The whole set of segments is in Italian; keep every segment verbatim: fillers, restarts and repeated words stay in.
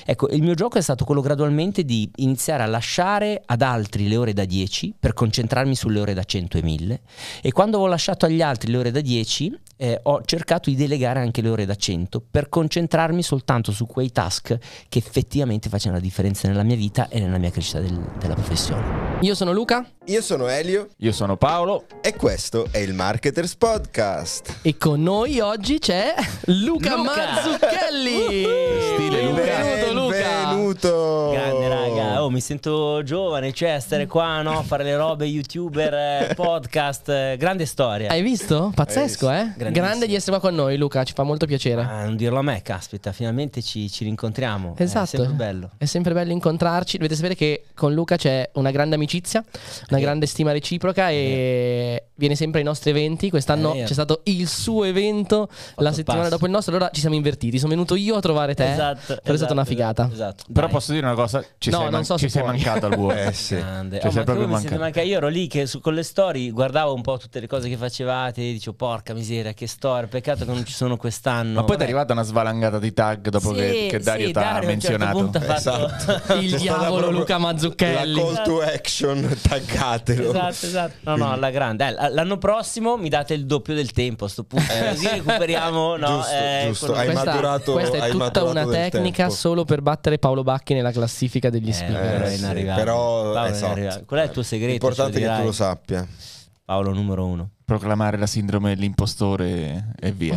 Ecco, il mio gioco è stato quello gradualmente di iniziare a lasciare ad altri le ore da dieci per concentrarmi sulle ore da cento e mille, e quando ho lasciato agli altri le ore da dieci eh, ho cercato di delegare anche le ore da cento per concentrarmi soltanto su quei task che effettivamente facevano la differenza nella mia vita e nella mia crescita del, della professione. Io sono Luca. Io sono Elio. Io sono Paolo. E questo è il Marketers Podcast. E con noi oggi c'è Luca, Luca! Mazzucchelli. Stile Luca. Benvenuto Luca. Benvenuto. Grande raga, oh, mi sento giovane, cioè stare qua, no? Fare le robe, youtuber, eh, podcast, eh, grande storia. Hai visto? Pazzesco, Hai eh? Grandissimo. Grande di essere qua con noi, Luca, ci fa molto piacere. Ah, non dirlo a me, caspita, finalmente ci, ci rincontriamo. Esatto. È sempre bello. È sempre bello incontrarci. Dovete sapere che con Luca c'è una grande amicizia, una Eh. grande stima reciproca e viene sempre ai nostri eventi. Quest'anno Eh. c'è stato il suo evento la settimana passo. dopo il nostro, allora ci siamo invertiti. Sono venuto io a trovare te. Esatto. Però è stata una figata. Esatto. Però Dai. posso dire una cosa, ci No, sei, non man- so ci se sei puoi. mancato al vuoto. Eh sì. Grande. Cioè, Oh, sei ma proprio come mi siete mancato. mancato? Io ero lì che su, con le storie guardavo un po' tutte le cose che facevate e dicevo porca miseria che storia, peccato che non ci sono quest'anno. Ma poi ti è Vabbè. arrivata una svalangata di tag dopo Sì, che, che Dario sì, ti ha Dario a un certo menzionato. punto ha fatto- Il C'è stata diavolo proprio Luca Mazzucchelli. La call to action, taggatelo. Esatto, esatto. No, no, alla grande. Eh, l'anno prossimo mi date il doppio del tempo a sto punto. Così recuperiamo. No, Giusto, eh, giusto. quello- Hai Questa, maturato- questa è hai tutta maturato una del tecnica tempo. solo per battere Paolo Bacchi nella classifica degli Eh, speaker. Paolo è sì, inarrivabile. però, Paolo è esatto. inarrivabile. Qual è il tuo segreto? L'importante Ce è lo che tu dirai? lo sappia. Paolo numero uno. Proclamare la sindrome dell'impostore e via.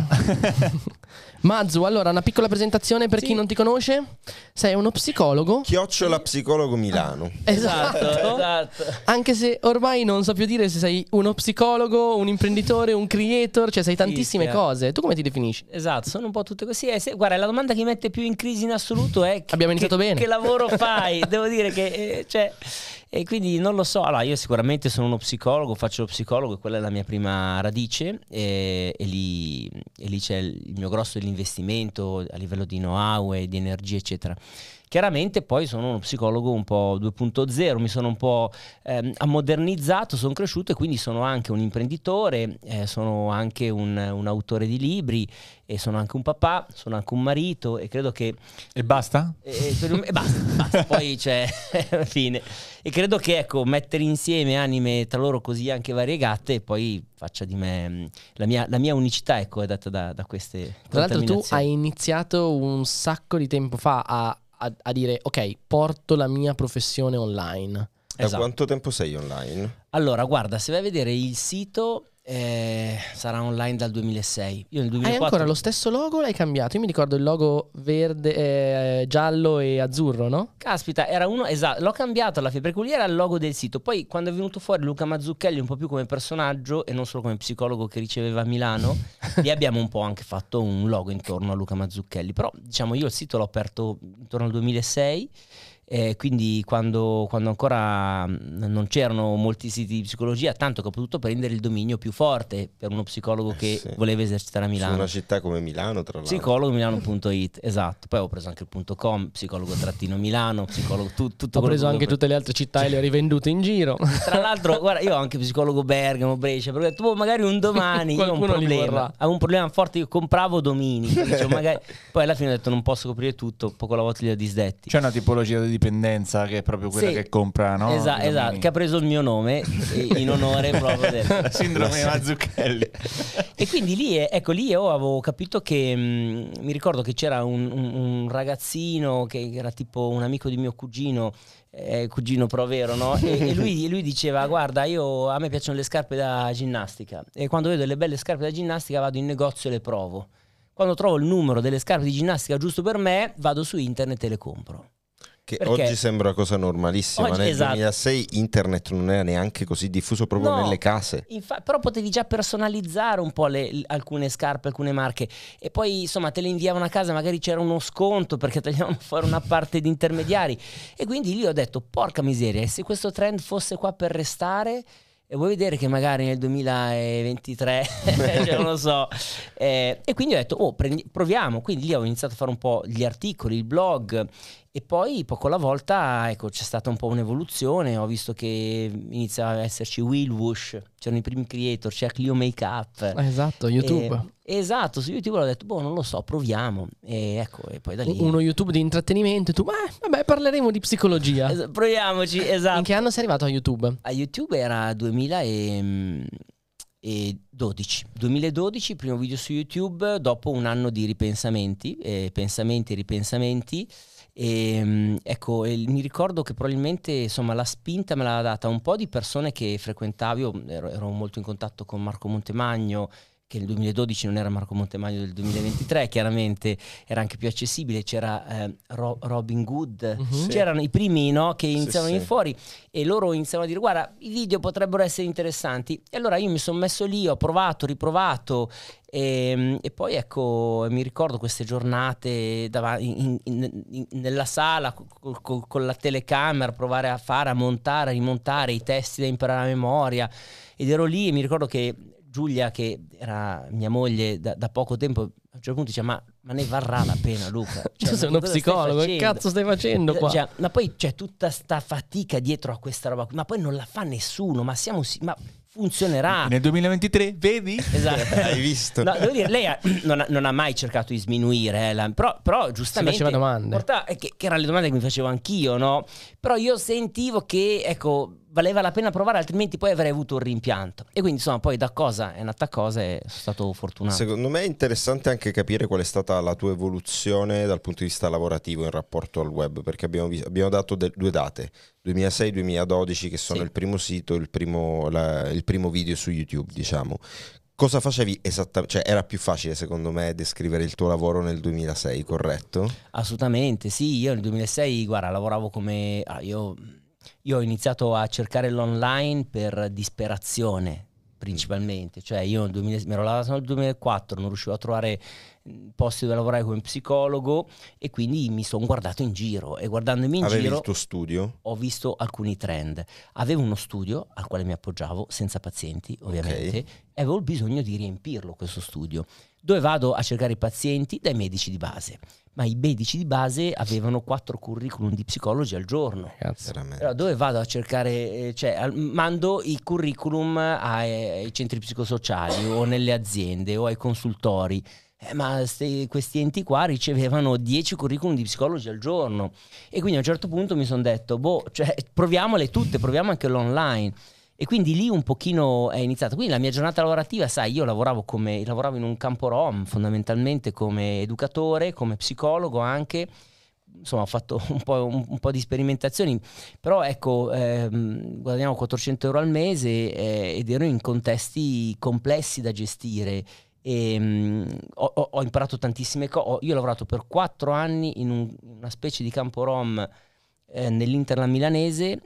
Mazzu, allora una piccola presentazione per Sì. chi non ti conosce. Sei uno psicologo. Chiocciola psicologo Milano. Esatto, esatto. Anche se ormai non so più dire se sei uno psicologo, un imprenditore, un creator, cioè sei tantissime sì, eh. cose. Tu come ti definisci? Esatto, sono un po' tutte così. Eh, se- guarda, la domanda che mi mette più in crisi in assoluto è che, Abbiamo iniziato che- bene. che lavoro fai? Devo dire che eh, cioè, e quindi non lo so. Allora, io sicuramente sono uno psicologo, faccio lo psicologo e quella è la mia prima radice e, e, lì, e lì c'è il mio grosso dell'investimento a livello di know-how e di energia, eccetera. Chiaramente poi sono uno psicologo un po' due punto zero, mi sono un po' ehm, ammodernizzato, sono cresciuto e quindi sono anche un imprenditore, eh, sono anche un, un autore di libri e sono anche un papà, sono anche un marito e credo che... E basta? E, e- e basta, basta, poi c'è fine. E credo che ecco, mettere insieme anime tra loro così anche variegate e poi faccia di me mh, la mia, la mia unicità, ecco, è data da, da queste Tra l'altro tu contaminazioni. hai iniziato un sacco di tempo fa a, a- a dire ok, porto la mia professione online. Da Esatto. quanto tempo sei online? Allora, guarda, se vai a vedere il sito eh, sarà online dal duemilasei. Io nel Hai duemilaquattro ancora lo stesso logo o l'hai cambiato? Io mi ricordo il logo verde, eh, giallo e azzurro, no? Caspita, era uno, esatto, l'ho cambiato alla fine perché lui era il logo del sito. Poi quando è venuto fuori Luca Mazzucchelli un po' più come personaggio e non solo come psicologo che riceveva a Milano, lì abbiamo un po' anche fatto un logo intorno a Luca Mazzucchelli. Però diciamo io il sito l'ho aperto intorno al duemilasei. Eh, quindi quando, quando ancora mh, non c'erano molti siti di psicologia, tanto che ho potuto prendere il dominio più forte per uno psicologo che sì. voleva esercitare a Su Milano. una città come Milano, tra l'altro. Psicologo milano punto it, esatto. Poi ho preso anche il punto .com, psicologo trattino Milano, psicologo tu, tutto Ho quello preso che anche volevo tutte le altre città e le ho rivendute in giro. prendere. Tra l'altro, guarda, io ho anche psicologo Bergamo, Brescia, perché ho detto, boh, magari un domani io ho un Qualcuno li problema. vorrà. Avevo un problema forte, io compravo domini, quindi dicevo, magari... poi alla fine ho detto non posso coprire tutto, poco alla volta li ho disdetti. C'è una tipologia di dipendenza che è proprio quella Sì. che compra, no? Esatto, I esatto, domini. che ha preso il mio nome e- in onore proprio del... La sindrome di Mazzucchelli. E quindi lì, è- ecco, lì io avevo capito che mh, mi ricordo che c'era un, un- un ragazzino che era tipo un amico di mio cugino, eh, cugino però vero, no? E, e lui, e lui diceva, guarda, io a me piacciono le scarpe da ginnastica e quando vedo delle belle scarpe da ginnastica vado in negozio e le provo. Quando trovo il numero delle scarpe di ginnastica giusto per me, vado su internet e le compro. Che Perché? oggi sembra una cosa normalissima. Oggi- Nel esatto. duemilasei internet non era neanche così diffuso proprio No, nelle case. infa- però potevi già personalizzare un po' le, l- alcune scarpe, alcune marche e poi insomma te le inviavano a casa, magari c'era uno sconto perché tagliavano fuori una parte di intermediari e quindi lì ho detto porca miseria, e se questo trend fosse qua per restare e vuoi vedere che magari nel duemilaventitré cioè non lo so, eh, e quindi ho detto oh prendi- proviamo, quindi lì ho iniziato a fare un po' gli articoli, il blog e poi poco alla volta ecco c'è stata un po' un'evoluzione, ho visto che inizia a esserci Will Wush, c'erano i primi creator, c'era Clio Makeup. Esatto, YouTube. E, Esatto, su YouTube ho detto, boh, non lo so, proviamo. E ecco, e poi da lì... Uno YouTube di intrattenimento e tu, ma vabbè, parleremo di psicologia. Es- proviamoci, esatto. In che anno sei arrivato a YouTube? A YouTube era duemiladodici. duemiladodici, primo video su YouTube, dopo un anno di ripensamenti, eh, pensamenti e ripensamenti. E, mh, ecco, e mi ricordo che probabilmente insomma la spinta me l'ha data un po' di persone che frequentavo. Io ero, ero molto in contatto con Marco Montemagno, che nel duemiladodici non era Marco Montemagno del duemilaventitré, chiaramente era anche più accessibile, c'era eh, Ro- Robin Good, Mhm. c'erano i primi, no, che iniziavano sì. a venire fuori e loro iniziavano a dire guarda, i video potrebbero essere interessanti, e allora io mi sono messo lì, ho provato, riprovato e, e poi ecco, mi ricordo queste giornate dav- in- in- in- nella sala co- co- con la telecamera, provare a fare, a montare, a rimontare i testi da imparare a memoria, ed ero lì e mi ricordo che Giulia, che era mia moglie da, da poco tempo, a un certo punto dice ma, ma ne varrà la pena, Luca? Cioè, Tu sei ma uno cosa stai psicologo, che facendo? cazzo stai facendo qua? Cioè, ma poi c'è tutta sta fatica dietro a questa roba qui, ma poi non la fa nessuno, ma siamo si- ma funzionerà. Nel duemilaventitré, vedi? Esatto. Hai visto? No, devo dire, lei ha- non, ha, non ha mai cercato di sminuire, eh, la- però, però giustamente faceva domande. portava- eh, che, che erano le domande che mi facevo anch'io, no? Però io sentivo che, ecco, valeva la pena provare, altrimenti poi avrei avuto un rimpianto. E quindi, insomma, poi da cosa è nata cosa e sono stato fortunato. Secondo me è interessante anche capire qual è stata la tua evoluzione dal punto di vista lavorativo in rapporto al web, perché abbiamo, vis- abbiamo dato de- due date, duemilasei duemiladodici, che sono Sì. il primo sito, il primo, la- il primo video su YouTube, diciamo. Cosa facevi esattamente? Cioè, era più facile secondo me descrivere il tuo lavoro nel duemilasei, corretto? Assolutamente, sì. Io nel duemilasei, guarda, lavoravo come... ah, io, io ho iniziato a cercare l'online per disperazione, principalmente. Cioè io nel duemila, mi ero lavorato nel duemilaquattro, non riuscivo a trovare mh, posti dove lavorare come psicologo e quindi mi sono guardato in giro e guardandomi in Avevi giro il tuo studio? ho visto alcuni trend. Avevo uno studio al quale mi appoggiavo, senza pazienti ovviamente, Ok. e avevo il bisogno di riempirlo questo studio. Dove vado a cercare i pazienti? Dai medici di base. Ma i medici di base avevano quattro curriculum di psicologi al giorno. Cazzo. Veramente. Allora, dove vado a cercare? eh, Cioè, al- mando i curriculum ai, ai centri psicosociali o nelle aziende o ai consultori. Eh, ma ste- questi enti qua ricevevano dieci curriculum di psicologi al giorno. E quindi a un certo punto mi sono detto, boh, cioè, proviamole tutte, proviamo anche l'online. E quindi lì un pochino è iniziato. Quindi la mia giornata lavorativa, sai, io lavoravo come lavoravo in un campo rom, fondamentalmente come educatore, come psicologo anche. Insomma, ho fatto un po', un, un po' di sperimentazioni, però ecco, ehm, guadagniamo quattrocento euro al mese eh, ed ero in contesti complessi da gestire. E, mh, ho, ho- ho imparato tantissime cose. Io ho lavorato per quattro anni in un- una specie di campo rom eh, nell'Interland milanese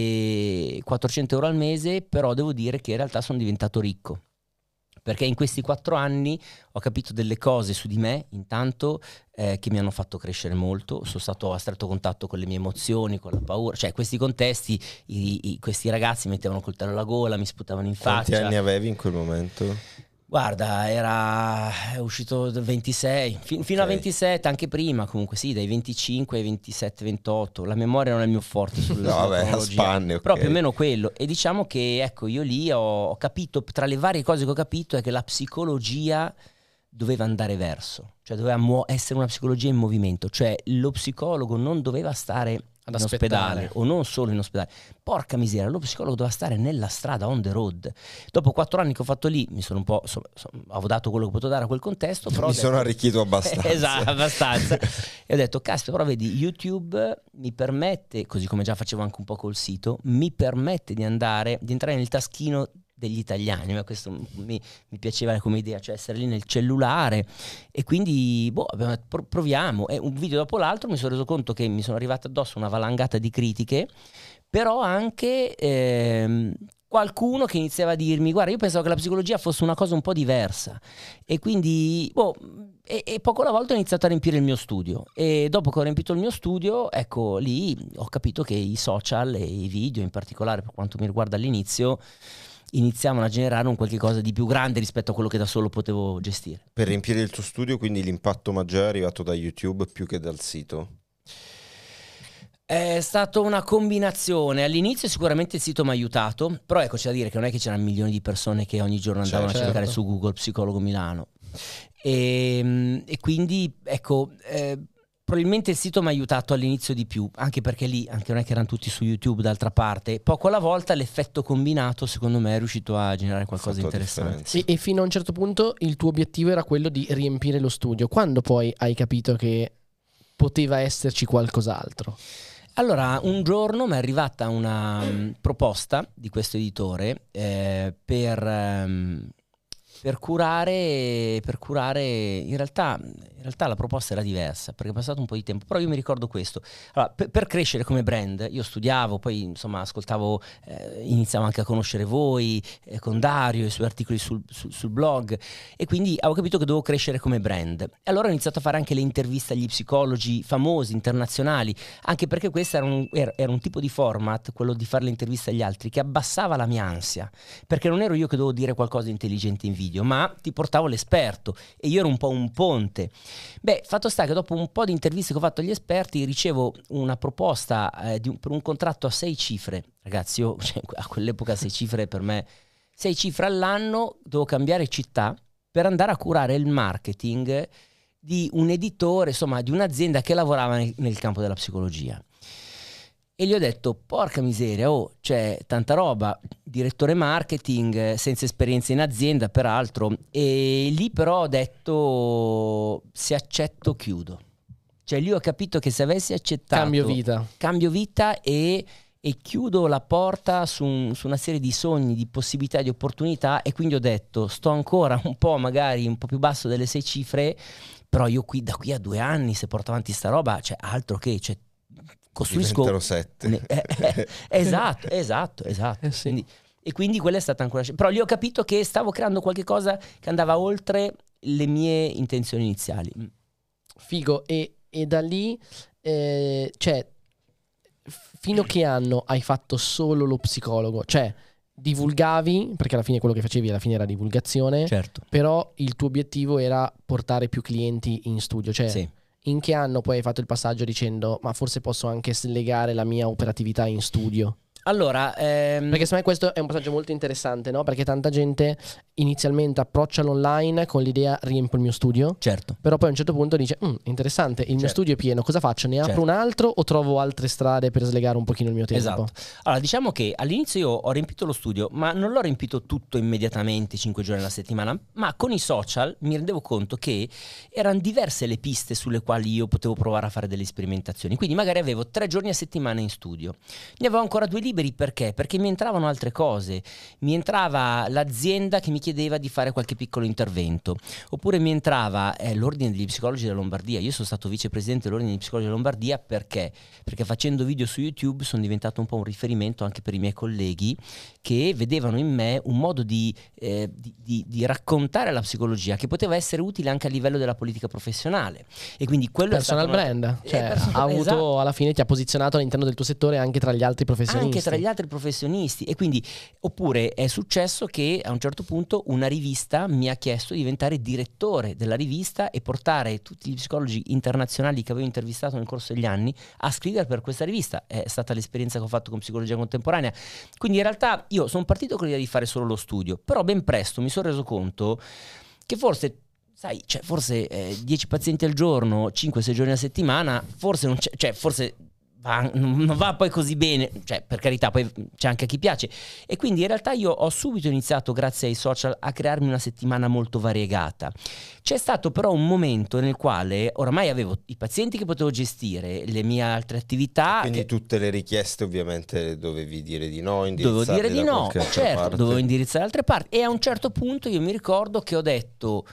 e quattrocento euro al mese, però devo dire che in realtà sono diventato ricco. Perché in questi quattro anni ho capito delle cose su di me, intanto, eh, che mi hanno fatto crescere molto. Sono stato a stretto contatto con le mie emozioni, con la paura. Cioè, questi contesti, i- i- questi ragazzi mettevano il coltello alla gola, mi sputavano in Quanti faccia. anni avevi in quel momento? Guarda, era è uscito da ventisei, fi- fino a Ok. ventisette, anche prima comunque, sì, dai venticinque ai ventisette ventotto. La memoria non è il mio forte sulla No, vabbè, a cronologia. spanne, ok. Però più o meno quello. E diciamo che, ecco, io lì ho, ho capito, tra le varie cose che ho capito, è che la psicologia doveva andare verso, cioè doveva muo- essere una psicologia in movimento, cioè lo psicologo non doveva stare Ad in aspettare. ospedale o non solo in ospedale. Porca miseria, lo psicologo doveva stare nella strada, on the road. Dopo quattro anni che ho fatto lì, mi sono un po', insomma, insomma, avevo dato quello che potevo dare a quel contesto, però ho Mi detto- sono arricchito abbastanza. Esatto, abbastanza. E ho detto, caspita, però vedi, YouTube mi permette, così come già facevo anche un po' col sito, mi permette di andare, di entrare nel taschino degli italiani. Ma questo mi, mi piaceva come idea, cioè essere lì nel cellulare. E quindi, boh, abbiamo detto, pro- proviamo. E un video dopo l'altro mi sono reso conto che mi sono arrivate addosso una valangata di critiche, però anche ehm, qualcuno che iniziava a dirmi, guarda, io pensavo che la psicologia fosse una cosa un po' diversa. E quindi, boh, e, e poco alla volta ho iniziato a riempire il mio studio. E dopo che ho riempito il mio studio, ecco, lì ho capito che i social e i video, in particolare per quanto mi riguarda all'inizio, iniziavano a generare un qualche cosa di più grande rispetto a quello che da solo potevo gestire. Per riempire il tuo studio, quindi l'impatto maggiore è arrivato da YouTube più che dal sito? È stata una combinazione. All'inizio sicuramente il sito mi ha aiutato, però ecco, c'è da dire che non è che c'erano milioni di persone che ogni giorno andavano Certo. a cercare su Google psicologo Milano. E, e quindi ecco, eh, probabilmente il sito mi ha aiutato all'inizio di più, anche perché lì anche non è che erano tutti su YouTube d'altra parte, poco alla volta l'effetto combinato secondo me è riuscito a generare qualcosa di interessante. E, e fino a un certo punto il tuo obiettivo era quello di riempire lo studio. Quando poi hai capito che poteva esserci qualcos'altro? Allora, un giorno mi è arrivata una um, proposta di questo editore eh, per, um, per curare, per curare in realtà, in realtà la proposta era diversa, perché è passato un po' di tempo, però io mi ricordo questo. Allora, per, per crescere come brand, io studiavo, poi insomma ascoltavo, eh, iniziavo anche a conoscere voi, eh, con Dario, i suoi articoli sul, sul, sul blog, e quindi avevo capito che dovevo crescere come brand. E allora ho iniziato a fare anche le interviste agli psicologi famosi, internazionali, anche perché questo era un, era, era un tipo di format, quello di fare le interviste agli altri, che abbassava la mia ansia, perché non ero io che dovevo dire qualcosa di intelligente in video, ma ti portavo l'esperto e io ero un po' un ponte. Beh, fatto sta che dopo un po' di interviste che ho fatto agli esperti ricevo una proposta eh, di un, per un contratto a sei cifre. Ragazzi, io cioè, a quell'epoca sei cifre per me, sei cifre all'anno, devo cambiare città per andare a curare il marketing di un editore, insomma di un'azienda che lavorava nel, nel campo della psicologia. E gli ho detto, porca miseria, oh, c'è tanta roba, direttore marketing, senza esperienza in azienda peraltro, e lì però ho detto, se accetto chiudo. Cioè lì ho capito che se avessi accettato... Cambio vita. Cambio vita e, e chiudo la porta su, un, su una serie di sogni, di possibilità, di opportunità, e quindi ho detto, sto ancora un po' magari un po' più basso delle sei cifre, però io qui da qui a due anni, se porto avanti sta roba, c'è cioè, altro che... Cioè, costruisco sette. Un, eh, eh, esatto, esatto, esatto. Eh sì. Quindi, e quindi quella è stata ancora. Però lì ho capito che stavo creando qualche cosa che andava oltre le mie intenzioni iniziali. Figo. E, e da lì, eh, cioè, fino a che anno hai fatto solo lo psicologo? Cioè, divulgavi, perché alla fine quello che facevi alla fine era divulgazione, Certo. però il tuo obiettivo era portare più clienti in studio. Cioè, Sì. in che anno poi hai fatto il passaggio dicendo ma forse posso anche slegare la mia operatività in studio? Allora, ehm... perché secondo me questo è un passaggio molto interessante, no? Perché tanta gente inizialmente approccia l'online con l'idea riempio il mio studio, certo. però poi a un certo punto dice "Mm, interessante, il mio Certo. studio è pieno, cosa faccio? Ne apro Certo. un altro o trovo altre strade per slegare un pochino il mio tempo?" Esatto. Allora, diciamo che all'inizio io ho riempito lo studio, ma non l'ho riempito tutto immediatamente, cinque giorni alla settimana, ma con i social mi rendevo conto che erano diverse le piste sulle quali io potevo provare a fare delle sperimentazioni. Quindi magari avevo tre giorni a settimana in studio. Ne avevo ancora due liberi perché? Perché mi entravano altre cose. Mi entrava l'azienda che mi chiedeva di fare qualche piccolo intervento, oppure mi entrava eh, l'Ordine degli Psicologi della Lombardia. Io sono stato vicepresidente dell'Ordine degli Psicologi della Lombardia perché? Perché facendo video su YouTube sono diventato un po' un riferimento anche per i miei colleghi che vedevano in me un modo di, eh, di, di, di raccontare la psicologia che poteva essere utile anche a livello della politica professionale. E quindi quello Personal è stato una... brand, cioè Eh, person- ha avuto esatto. alla fine ti ha posizionato all'interno del tuo settore anche tra gli altri professionisti. Anche tra gli altri professionisti. E quindi, oppure è successo che a un certo punto una rivista mi ha chiesto di diventare direttore della rivista e portare tutti gli psicologi internazionali che avevo intervistato nel corso degli anni a scrivere per questa rivista. È stata l'esperienza che ho fatto con psicologia contemporanea. Quindi in realtà io sono partito con l'idea di fare solo lo studio, però ben presto mi sono reso conto che forse sai, cioè forse eh, dieci pazienti al giorno, cinque sei giorni a settimana, forse non c'è, cioè forse va, non va poi così bene, cioè per carità, poi c'è anche a chi piace. E quindi in realtà io ho subito iniziato, grazie ai social, a crearmi una settimana molto variegata. C'è stato però un momento nel quale oramai avevo i pazienti che potevo gestire, le mie altre attività. Quindi che... tutte le richieste ovviamente dovevi dire di no, Dovevo dire di da no, qualche altra certo, parte. dovevo indirizzare da altre parti. E a un certo punto io mi ricordo che ho detto,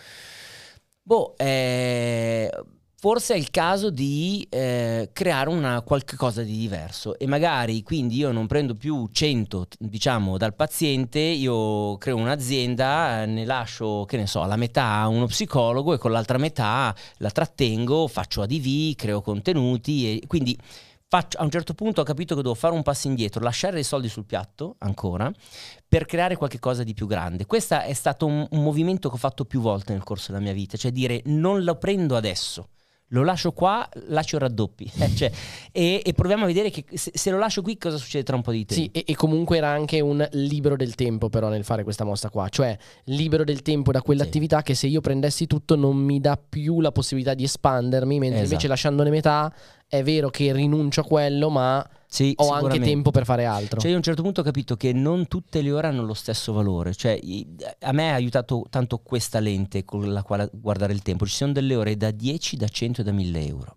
boh, eh, forse è il caso di eh, creare una qualche cosa di diverso, e magari quindi io non prendo più cento, diciamo, dal paziente, io creo un'azienda, ne lascio, che ne so, la metà a uno psicologo e con l'altra metà la trattengo, faccio A D V, creo contenuti, e quindi faccio, a un certo punto ho capito che devo fare un passo indietro, lasciare dei soldi sul piatto ancora per creare qualche cosa di più grande. Questo è stato un, un movimento che ho fatto più volte nel corso della mia vita, cioè dire non lo prendo adesso, lo lascio qua, lascio raddoppi. Eh, cioè, e, e proviamo a vedere che se, se lo lascio qui cosa succede tra un po' di tempo. Sì, e, e comunque era anche un libero del tempo però nel fare questa mossa qua, cioè libero del tempo da quell'attività sì. che se io prendessi tutto non mi dà più la possibilità di espandermi, mentre esatto. invece lasciandone metà è vero che rinuncio a quello, ma sì, ho anche tempo per fare altro. Cioè io a un certo punto ho capito che non tutte le ore hanno lo stesso valore. Cioè a me ha aiutato tanto questa lente con la quale guardare il tempo. Ci sono delle ore da dieci, da cento e da mille euro.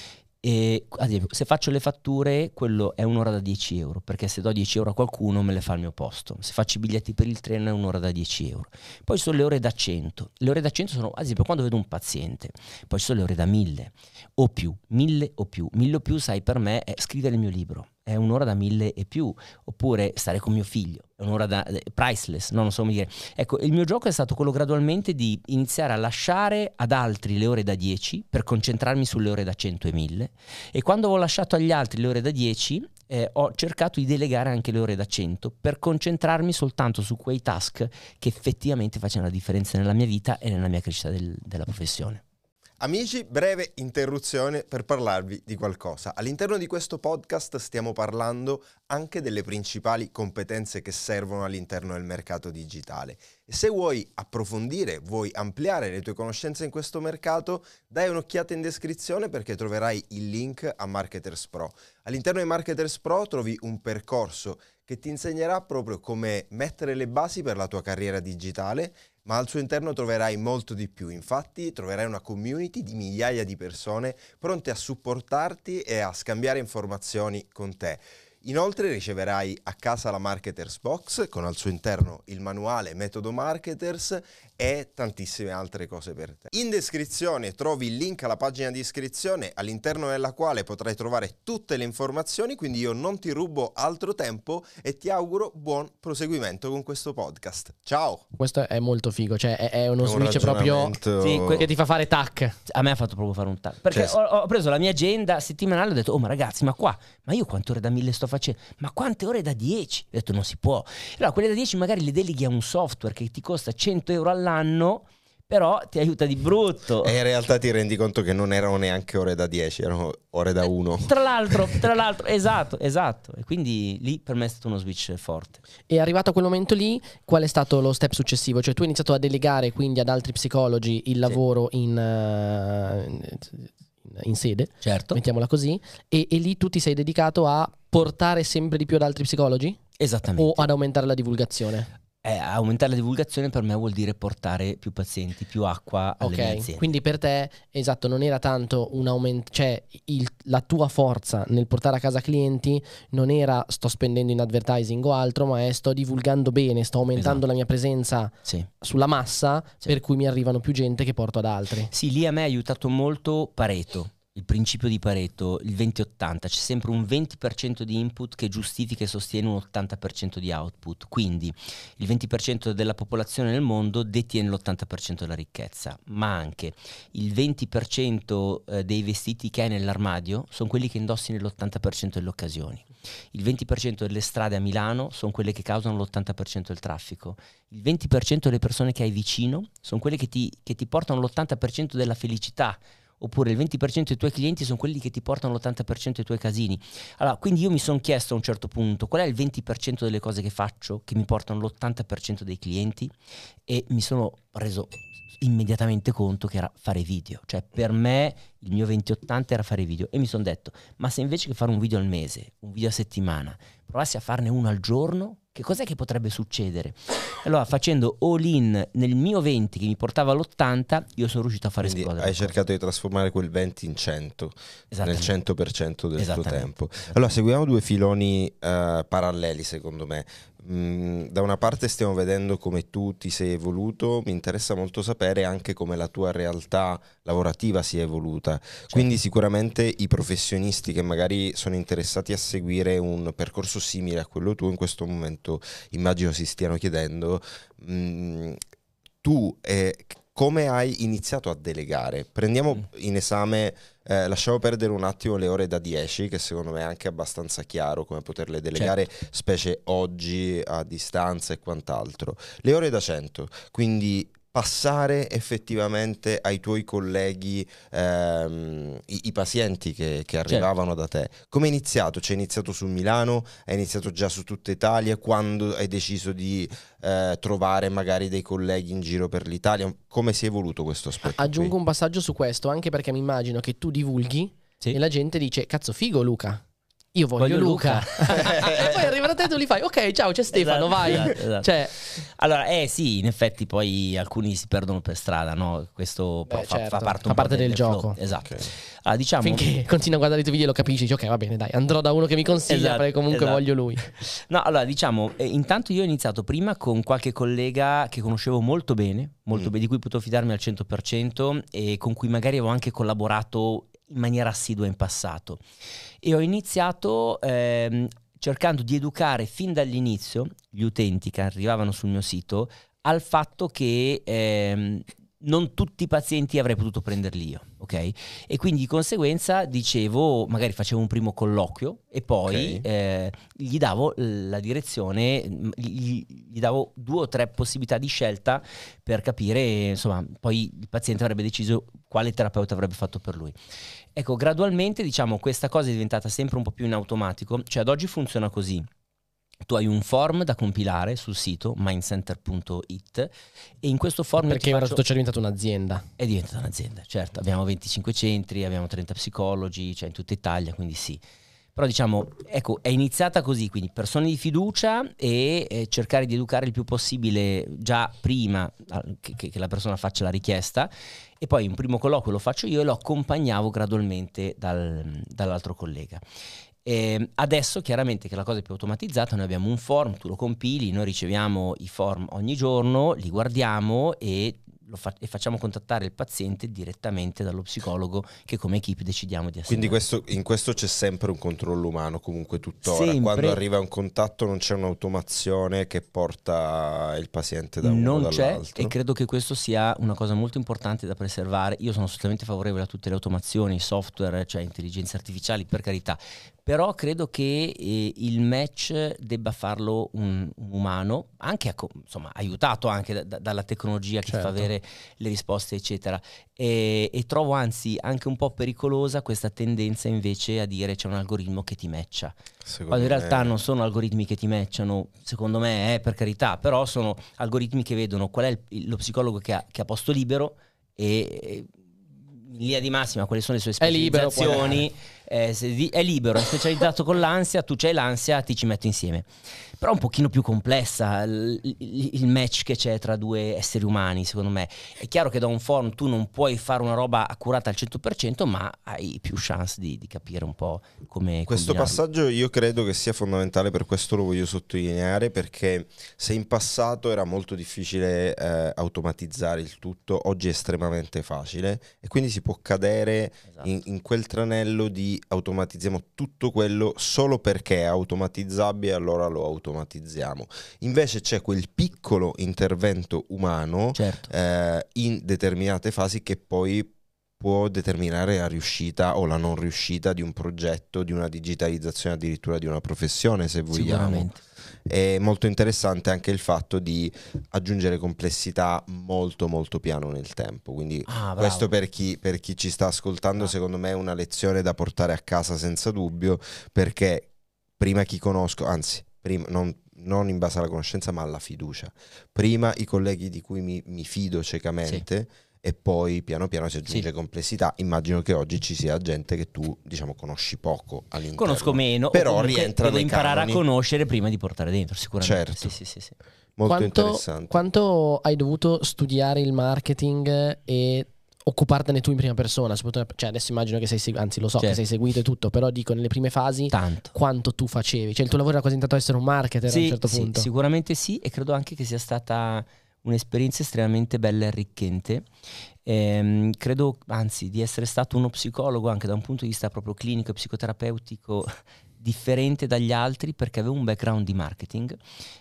E ad esempio, se faccio le fatture, quello è un'ora da dieci euro, perché se do dieci euro a qualcuno me le fa al mio posto. Se faccio i biglietti per il treno è un'ora da dieci euro. Poi sono le ore da cento. Le ore da cento sono, ad esempio, quando vedo un paziente. Poi sono le ore da mille o più, mille o più. Mille o più, sai, per me è scrivere il mio libro. È un'ora da mille e più, oppure stare con mio figlio, è un'ora da priceless, no, non so come dire. Ecco, il mio gioco è stato quello gradualmente di iniziare a lasciare ad altri le ore da dieci per concentrarmi sulle ore da cento e mille, e quando ho lasciato agli altri le ore da dieci eh, ho cercato di delegare anche le ore da cento per concentrarmi soltanto su quei task che effettivamente facevano la differenza nella mia vita e nella mia crescita del, della professione. Amici, breve interruzione per parlarvi di qualcosa. All'interno di questo podcast stiamo parlando anche delle principali competenze che servono all'interno del mercato digitale. E se vuoi approfondire, vuoi ampliare le tue conoscenze in questo mercato, dai un'occhiata in descrizione perché troverai il link a Marketers Pro. All'interno di Marketers Pro trovi un percorso che ti insegnerà proprio come mettere le basi per la tua carriera digitale, ma al suo interno troverai molto di più. Infatti troverai una community di migliaia di persone pronte a supportarti e a scambiare informazioni con te. Inoltre riceverai a casa la Marketers Box con al suo interno il manuale Metodo Marketers e tantissime altre cose per te. In descrizione trovi il link alla pagina di iscrizione all'interno della quale potrai trovare tutte le informazioni, quindi io non ti rubo altro tempo e ti auguro buon proseguimento con questo podcast. Ciao! Questo è molto figo, cioè è, è uno è switch un proprio sì, que- che ti fa fare tac. A me ha fatto proprio fare un tac, perché cioè, ho, ho preso la mia agenda settimanale e ho detto oh ma ragazzi, ma qua, ma io quante ore da mille sto facendo? Ma quante ore da dieci? Ho detto non si può. Allora quelle da dieci magari le deleghi a un software che ti costa cento euro all'anno, però ti aiuta di brutto. E in realtà ti rendi conto che non erano neanche ore da dieci, erano ore da uno. Tra l'altro, tra l'altro, esatto, esatto. E quindi lì per me è stato uno switch forte. E arrivato a quel momento lì, qual è stato lo step successivo? Cioè tu hai iniziato a delegare quindi ad altri psicologi il lavoro sì. in... Uh, in sede, certo. mettiamola così, e, e lì tu ti sei dedicato a portare sempre di più ad altri psicologi? Esattamente. O ad aumentare la divulgazione? Eh, aumentare la divulgazione per me vuol dire portare più pazienti, più acqua alle okay. mie aziende. Quindi per te, esatto, non era tanto un aumento, cioè il, la tua forza nel portare a casa clienti non era sto spendendo in advertising o altro, ma è sto divulgando bene, sto aumentando esatto. la mia presenza sì. sulla massa, sì. per cui mi arrivano più gente che porto ad altri. Sì, lì a me ha aiutato molto Pareto. Il principio di Pareto, il venti ottanta, c'è sempre un venti per cento di input che giustifica e sostiene un ottanta per cento di output, quindi il venti per cento della popolazione nel mondo detiene l'ottanta per cento della ricchezza, ma anche il venti per cento dei vestiti che hai nell'armadio sono quelli che indossi nell'ottanta per cento delle occasioni, il venti per cento delle strade a Milano sono quelle che causano l'ottanta per cento del traffico, il venti per cento delle persone che hai vicino sono quelle che ti, che ti portano l'ottanta per cento della felicità, oppure il venti per cento dei tuoi clienti sono quelli che ti portano l'ottanta per cento dei tuoi casini. Allora, quindi io mi sono chiesto a un certo punto qual è il venti per cento delle cose che faccio che mi portano l'ottanta per cento dei clienti, e mi sono reso immediatamente conto che era fare video. Cioè per me il mio venti ottanta era fare video, e mi sono detto ma se invece che fare un video al mese, un video a settimana, provassi a farne uno al giorno, che cos'è che potrebbe succedere? Allora, facendo all in nel mio venti che mi portava all'ottanta, io sono riuscito a fare esplodere. Hai cercato cosa. di trasformare quel venti in cento, nel cento per cento del tuo tempo. Allora, seguiamo due filoni uh, paralleli secondo me. Mm, da una parte stiamo vedendo come tu ti sei evoluto, mi interessa molto sapere anche come la tua realtà lavorativa si è evoluta. Certo. Quindi sicuramente i professionisti che magari sono interessati a seguire un percorso simile a quello tuo in questo momento immagino si stiano chiedendo mm, tu eh, come hai iniziato a delegare? Prendiamo in esame, eh, lasciamo perdere un attimo le ore da dieci, che secondo me è anche abbastanza chiaro come poterle delegare, certo. specie oggi a distanza e quant'altro. Le ore da cento, quindi passare effettivamente ai tuoi colleghi ehm, i, i pazienti che, che arrivavano da te. Come è iniziato? C'è iniziato su Milano? È iniziato già su tutta Italia? Quando hai deciso di eh, trovare magari dei colleghi in giro per l'Italia? Come si è evoluto questo aspetto? Aggiungo qui? un passaggio su questo, anche perché mi immagino che tu divulghi Sì. e la gente dice cazzo figo Luca, io voglio, Voglio Luca, e poi arriva da te e tu li fai ok ciao c'è Stefano, Esatto, vai. esatto, esatto. Cioè, Allora, eh sì, in effetti poi alcuni si perdono per strada, no? Questo Beh, fa, certo, fa parte, fa un parte po' del flow. gioco. Esatto. Ok. Allora, diciamo... finché continui a guardare i tuoi video e lo capisci, dici ok va bene dai, andrò da uno che mi consiglia Esatto, perché comunque esatto. voglio lui. No, allora diciamo, eh, intanto io ho iniziato prima con qualche collega che conoscevo molto bene, molto Mm. bene, di cui potevo fidarmi al cento per cento e con cui magari avevo anche collaborato in maniera assidua in passato. E ho iniziato ehm, cercando di educare fin dall'inizio gli utenti che arrivavano sul mio sito al fatto che ehm, non tutti i pazienti avrei potuto prenderli io, ok? E quindi di conseguenza dicevo, magari facevo un primo colloquio e poi Ok. eh, gli davo la direzione, gli, gli davo due o tre possibilità di scelta per capire, insomma, poi il paziente avrebbe deciso quale terapeuta avrebbe fatto per lui. Ecco, gradualmente, diciamo, questa cosa è diventata sempre un po' più in automatico, cioè ad oggi funziona così. Tu hai un form da compilare sul sito mindcenter punto it e in questo form io ti Perché ora faccio- tutto ciò è diventato un'azienda. è diventata un'azienda, certo, abbiamo venticinque centri, abbiamo trenta psicologi, cioè in tutta Italia, quindi sì. Però diciamo, ecco, è iniziata così, quindi persone di fiducia e eh, cercare di educare il più possibile già prima eh, che, che- che la persona faccia la richiesta e poi un primo colloquio lo faccio io e lo accompagnavo gradualmente dal- dall'altro collega. E adesso chiaramente che la cosa è più automatizzata, noi abbiamo un form, tu lo compili, noi riceviamo i form ogni giorno, li guardiamo e, lo fa- e facciamo contattare il paziente direttamente dallo psicologo che come equipe decidiamo di assegnare. Quindi questo, in questo c'è sempre un controllo umano, comunque tuttora. Sempre. Quando arriva un contatto non c'è un'automazione che porta il paziente da uno Non o c'è dall'altro. e credo che questo sia una cosa molto importante da preservare. Io sono assolutamente favorevole a tutte le automazioni, software, cioè intelligenze artificiali, per carità. Però credo che eh, il match debba farlo un, un umano, anche ecco, insomma, aiutato anche da- da- dalla tecnologia che ti fa Certo. avere le risposte, eccetera. E, e trovo anzi anche un po' pericolosa questa tendenza invece a dire c'è un algoritmo che ti matcha. Secondo Quando in realtà me- non sono algoritmi che ti matchano, secondo me, eh, per carità, però sono algoritmi che vedono qual è il- lo psicologo che ha, che ha posto libero e, e in linea di massima quali sono le sue È libero, può specializzazioni. Eh, se di- è libero, è specializzato con l'ansia, tu c'hai l'ansia, ti ci metto insieme. Però è un pochino più complessa il, il- il match che c'è tra due esseri umani, secondo me. È chiaro che da un forum tu non puoi fare una roba accurata al cento per cento, ma hai più chance di, di capire un po' come Questo combinarlo. passaggio io credo che sia fondamentale, per questo lo voglio sottolineare, perché se in passato era molto difficile eh, automatizzare il tutto, oggi è estremamente facile e quindi si può cadere Esatto. in, in quel tranello di automatizziamo tutto quello solo perché è automatizzabile, allora lo automatizziamo. Invece c'è quel piccolo intervento umano Certo. eh, in determinate fasi che poi può determinare la riuscita o la non riuscita di un progetto, di una digitalizzazione addirittura di una professione, se vogliamo. Sicuramente. È molto interessante anche il fatto di aggiungere complessità molto molto piano nel tempo, quindi Ah, bravo. questo per chi, per chi ci sta ascoltando Ah. secondo me è una lezione da portare a casa senza dubbio, perché prima chi conosco, anzi prima, non, non in base alla conoscenza ma alla fiducia, prima i colleghi di cui mi, mi fido ciecamente e poi piano piano si aggiunge Sì. complessità. Immagino che oggi ci sia gente che tu diciamo conosci poco all'interno. Conosco meno, o però comunque rientra devo nei imparare canoni. a conoscere prima di portare dentro, sicuramente. Certo. Sì, sì, sì, sì. Molto quanto, interessante. quanto hai dovuto studiare il marketing e occupartene tu in prima persona? Soprattutto- Cioè adesso immagino che sei segu- anzi lo so Certo. che sei seguito e tutto, però dico nelle prime fasi Tanto. quanto tu facevi? Cioè il tuo lavoro era quasi entrato ad essere un marketer a un Sì, certo sì, punto. sicuramente sì, e credo anche che sia stata un'esperienza estremamente bella e arricchente. Ehm, credo anzi di essere stato uno psicologo anche da un punto di vista proprio clinico e psicoterapeutico differente dagli altri, perché avevo un background di marketing.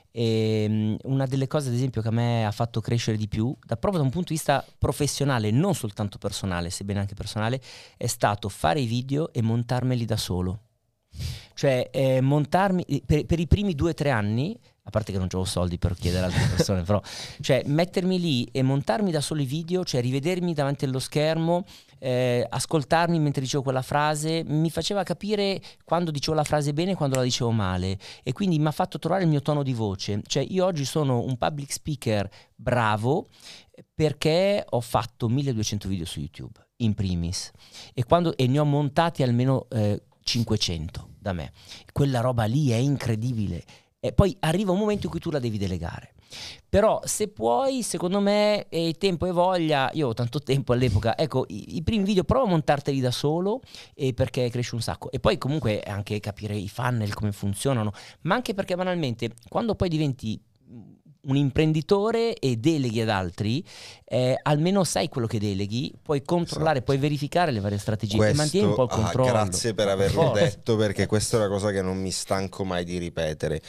E una delle cose ad esempio che a me ha fatto crescere di più, da, proprio da un punto di vista professionale, non soltanto personale, sebbene anche personale, è stato fare i video e montarmeli da solo. Cioè eh, montarmi per, per i primi due o tre anni a parte che non avevo soldi per chiedere ad altre persone, però cioè mettermi lì e montarmi da solo i video, cioè rivedermi davanti allo schermo, eh, ascoltarmi mentre dicevo quella frase, mi faceva capire quando dicevo la frase bene e quando la dicevo male, e quindi mi ha fatto trovare il mio tono di voce. Cioè io oggi sono un public speaker bravo perché ho fatto milleduecento video su YouTube in primis, e, quando, e ne ho montati almeno eh, cinquecento da me. Quella roba lì è incredibile. E poi arriva un momento in cui tu la devi delegare. Però se puoi, secondo me, e tempo e voglia, io ho tanto tempo all'epoca, ecco, i, i primi video prova a montarteli da solo, e perché cresce un sacco. E poi comunque anche capire i funnel, come funzionano, ma anche perché banalmente quando poi diventi un imprenditore e deleghi ad altri, eh, almeno sai quello che deleghi, puoi controllare, esatto. puoi verificare le varie strategie. Questo, e mantieni un po' il controllo. Ah, grazie per averlo Forza. detto, perché questa è una cosa che non mi stanco mai di ripetere.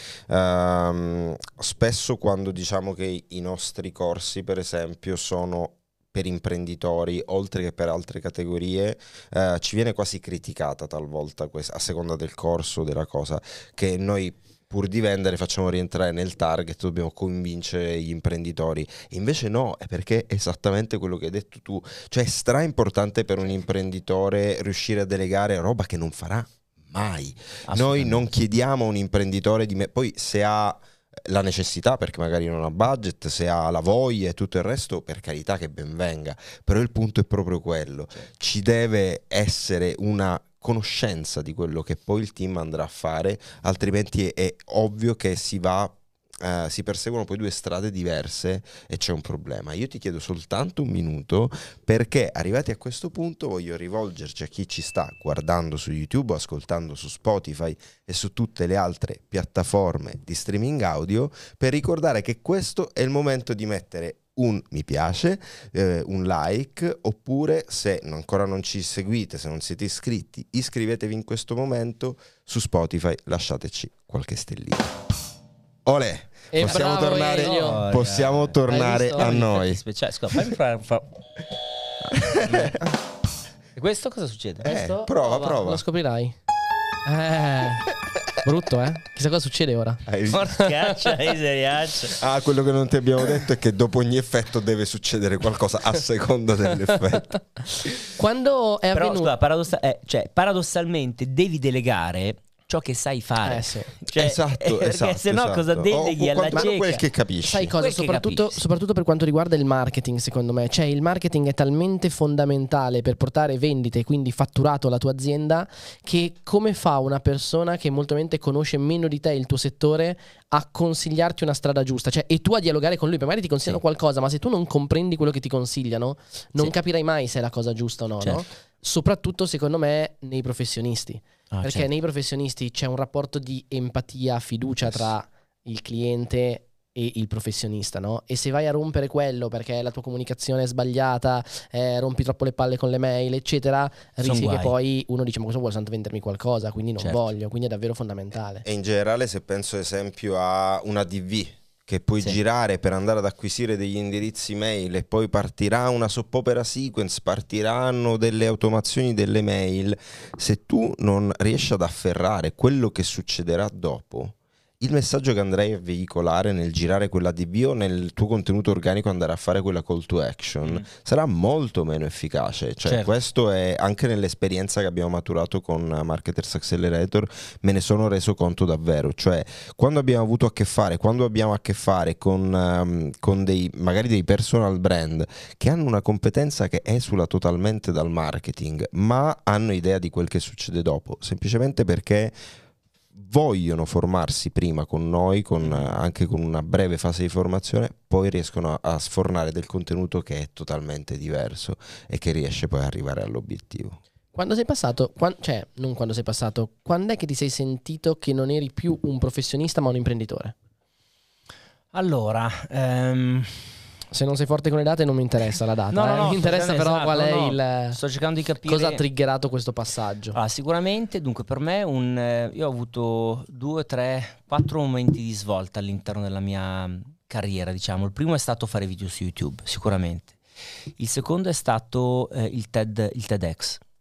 Um, spesso quando diciamo che i nostri corsi, per esempio, sono per imprenditori oltre che per altre categorie, uh, ci viene quasi criticata talvolta, a seconda del corso, della cosa, che noi pur di vendere facciamo rientrare nel target, dobbiamo convincere gli imprenditori. E invece no, è perché è esattamente quello che hai detto tu. Cioè è stra importante per un imprenditore riuscire a delegare roba che non farà mai. Noi non chiediamo a un imprenditore di me, poi se ha la necessità, perché magari non ha budget, se ha la voglia e tutto il resto, per carità, che ben venga. Però il punto è proprio quello. Ci deve essere una conoscenza di quello che poi il team andrà a fare, altrimenti è, è ovvio che si va eh, si perseguono poi due strade diverse e c'è un problema. Io ti chiedo soltanto un minuto, perché arrivati a questo punto voglio rivolgerci a chi ci sta guardando su YouTube, ascoltando su Spotify e su tutte le altre piattaforme di streaming audio, per ricordare che questo è il momento di mettere un mi piace, eh, un like, oppure se ancora non ci seguite, se non siete iscritti, iscrivetevi in questo momento su Spotify, lasciateci qualche stellina. Olè, E possiamo bravo, tornare, Elio. possiamo Hai tornare visto? a Gli noi. effetti speciali. Scusa, fammi provare. Fa... E questo cosa succede? Eh, Questo? prova, prova. Lo scoprirai. Eh, brutto, eh? Chissà cosa succede ora. Hai visto? Porcaccia, miseriaccia. Ah, quello che non ti abbiamo detto è che dopo ogni effetto deve succedere qualcosa a seconda dell'effetto. Quando è Però avvenuto... scusa, paradossa- eh, cioè, paradossalmente devi delegare ciò che sai fare. Eh, sì. Cioè, esatto, perché esatto, se no esatto. cosa deleghi O, o alla quantomeno quel cieca? che capisci. Sai cosa? Quel che Soprattutto, capisci. soprattutto per quanto riguarda il marketing, secondo me. Cioè, il marketing è talmente fondamentale per portare vendite e quindi fatturato alla tua azienda, che come fa una persona che molto probabilmente conosce meno di te il tuo settore a consigliarti una strada giusta? Cioè, e tu a dialogare con lui, perché magari ti consigliano Sì. qualcosa, ma se tu non comprendi quello che ti consigliano, non Sì. capirai mai se è la cosa giusta o no, Certo. no? Soprattutto, secondo me, nei professionisti. Ah, Perché certo. nei professionisti c'è un rapporto di empatia, fiducia Yes. tra il cliente e il professionista, no? E se vai a rompere quello perché la tua comunicazione è sbagliata, eh, rompi troppo le palle con le mail, eccetera, Son rischi che guai. poi uno dice: ma cosa vuole tanto vendermi qualcosa? Quindi non Certo. voglio. Quindi è davvero fondamentale. E in generale, se penso ad esempio a una D V che puoi Sì. girare per andare ad acquisire degli indirizzi mail, e poi partirà una soppopera sequence, partiranno delle automazioni delle mail, se tu non riesci ad afferrare quello che succederà dopo, il messaggio che andrai a veicolare nel girare quella D V o nel tuo contenuto organico andare a fare quella call to action Mm. sarà molto meno efficace. Cioè, Certo. questo è anche nell'esperienza che abbiamo maturato con Marketers Accelerator, me ne sono reso conto davvero. Cioè, quando abbiamo avuto a che fare, quando abbiamo a che fare con, um, con dei magari dei personal brand che hanno una competenza che esula totalmente dal marketing, ma hanno idea di quel che succede dopo, semplicemente perché vogliono formarsi prima con noi, con, anche con una breve fase di formazione, poi riescono a, a sfornare del contenuto che è totalmente diverso e che riesce poi ad arrivare all'obiettivo. Quando sei passato, quan- cioè non quando sei passato, quando è che ti sei sentito che non eri più un professionista ma un imprenditore? Allora, ehm, Se non sei forte con le date non mi interessa la data, no, no, eh. no, mi interessa esatto, però qual è no, il... sto cercando di capire Cosa ha triggerato questo passaggio? Ah, sicuramente, dunque per me un, eh, io ho avuto due, tre, quattro momenti di svolta all'interno della mia carriera, diciamo. Il primo è stato fare video su YouTube, sicuramente. Il secondo è stato eh, il TED, il TEDx.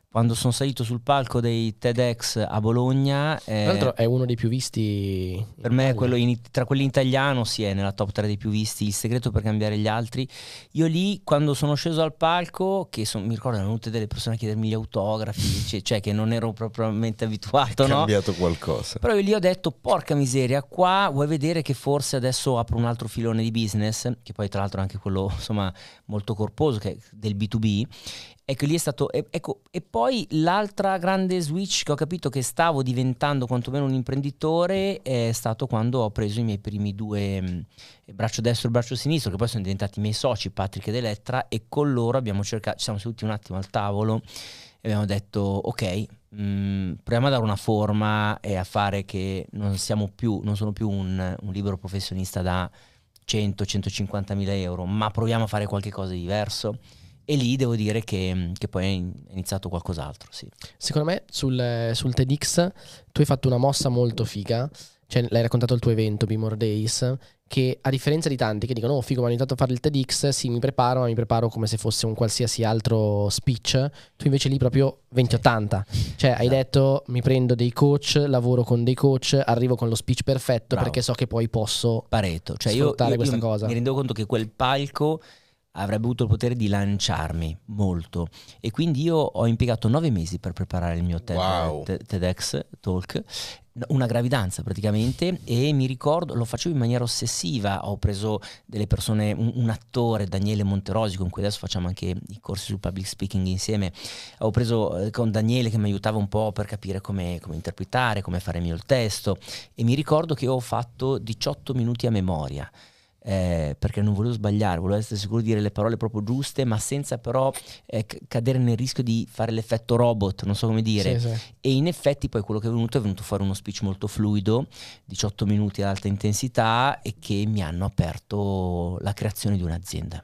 quando sono salito sul palco dei TEDx a Bologna, eh, Tra l'altro è uno dei più visti. per me quello in, tra quelli in italiano si è nella top tre dei più visti, Il segreto per cambiare gli altri. Io lì quando sono sceso al palco, che son, mi ricordo erano venute delle persone a chiedermi gli autografi, cioè, cioè che non ero propriamente abituato, È no? cambiato qualcosa. Però io lì ho detto porca miseria, qua vuoi vedere che forse adesso apro un altro filone di business, che poi tra l'altro è anche quello insomma molto corposo, che è del B due B. Ecco, lì è stato, ecco, e poi l'altra grande switch che ho capito che stavo diventando quantomeno un imprenditore è stato quando ho preso i miei primi due, mh, braccio destro e braccio sinistro, che poi sono diventati i miei soci, Patrick ed Elettra, e con loro abbiamo cercato, ci siamo seduti un attimo al tavolo e abbiamo detto ok, mh, proviamo a dare una forma e a fare che non siamo più, non sono più un, un libero professionista da cento centocinquanta mila euro, ma proviamo a fare qualche cosa di diverso. E lì devo dire che, che poi è iniziato qualcos'altro, sì. Secondo me sul, sul TEDx tu hai fatto una mossa molto figa, cioè l'hai raccontato al tuo evento Be More Days, che a differenza di tanti che dicono oh figo, mi hanno iniziato a fare il TEDx, sì mi preparo, ma mi preparo come se fosse un qualsiasi altro speech, tu invece lì proprio venti ottanta, cioè hai detto mi prendo dei coach, lavoro con dei coach, arrivo con lo speech perfetto. Bravo. Perché so che poi posso Pareto, cioè sfruttare io, io, questa io cosa. Mi rendevo conto che quel palco avrebbe avuto il potere di lanciarmi molto, e quindi io ho impiegato nove mesi per preparare il mio TED, Wow. TEDx Talk, una gravidanza praticamente, e mi ricordo lo facevo in maniera ossessiva. Ho preso delle persone, un, un attore, Daniele Monterosi, con cui adesso facciamo anche i corsi sul public speaking insieme. Ho preso eh, con Daniele che mi aiutava un po' per capire come, come interpretare, come fare meglio il testo, e mi ricordo che ho fatto diciotto minuti a memoria. Eh, perché non volevo sbagliare, volevo essere sicuro di dire le parole proprio giuste, ma senza però eh, c- cadere nel rischio di fare l'effetto robot, non so come dire. Sì, sì. E in effetti poi quello che è venuto è venuto fuori uno speech molto fluido, diciotto minuti ad alta intensità, e che mi hanno aperto la creazione di un'azienda.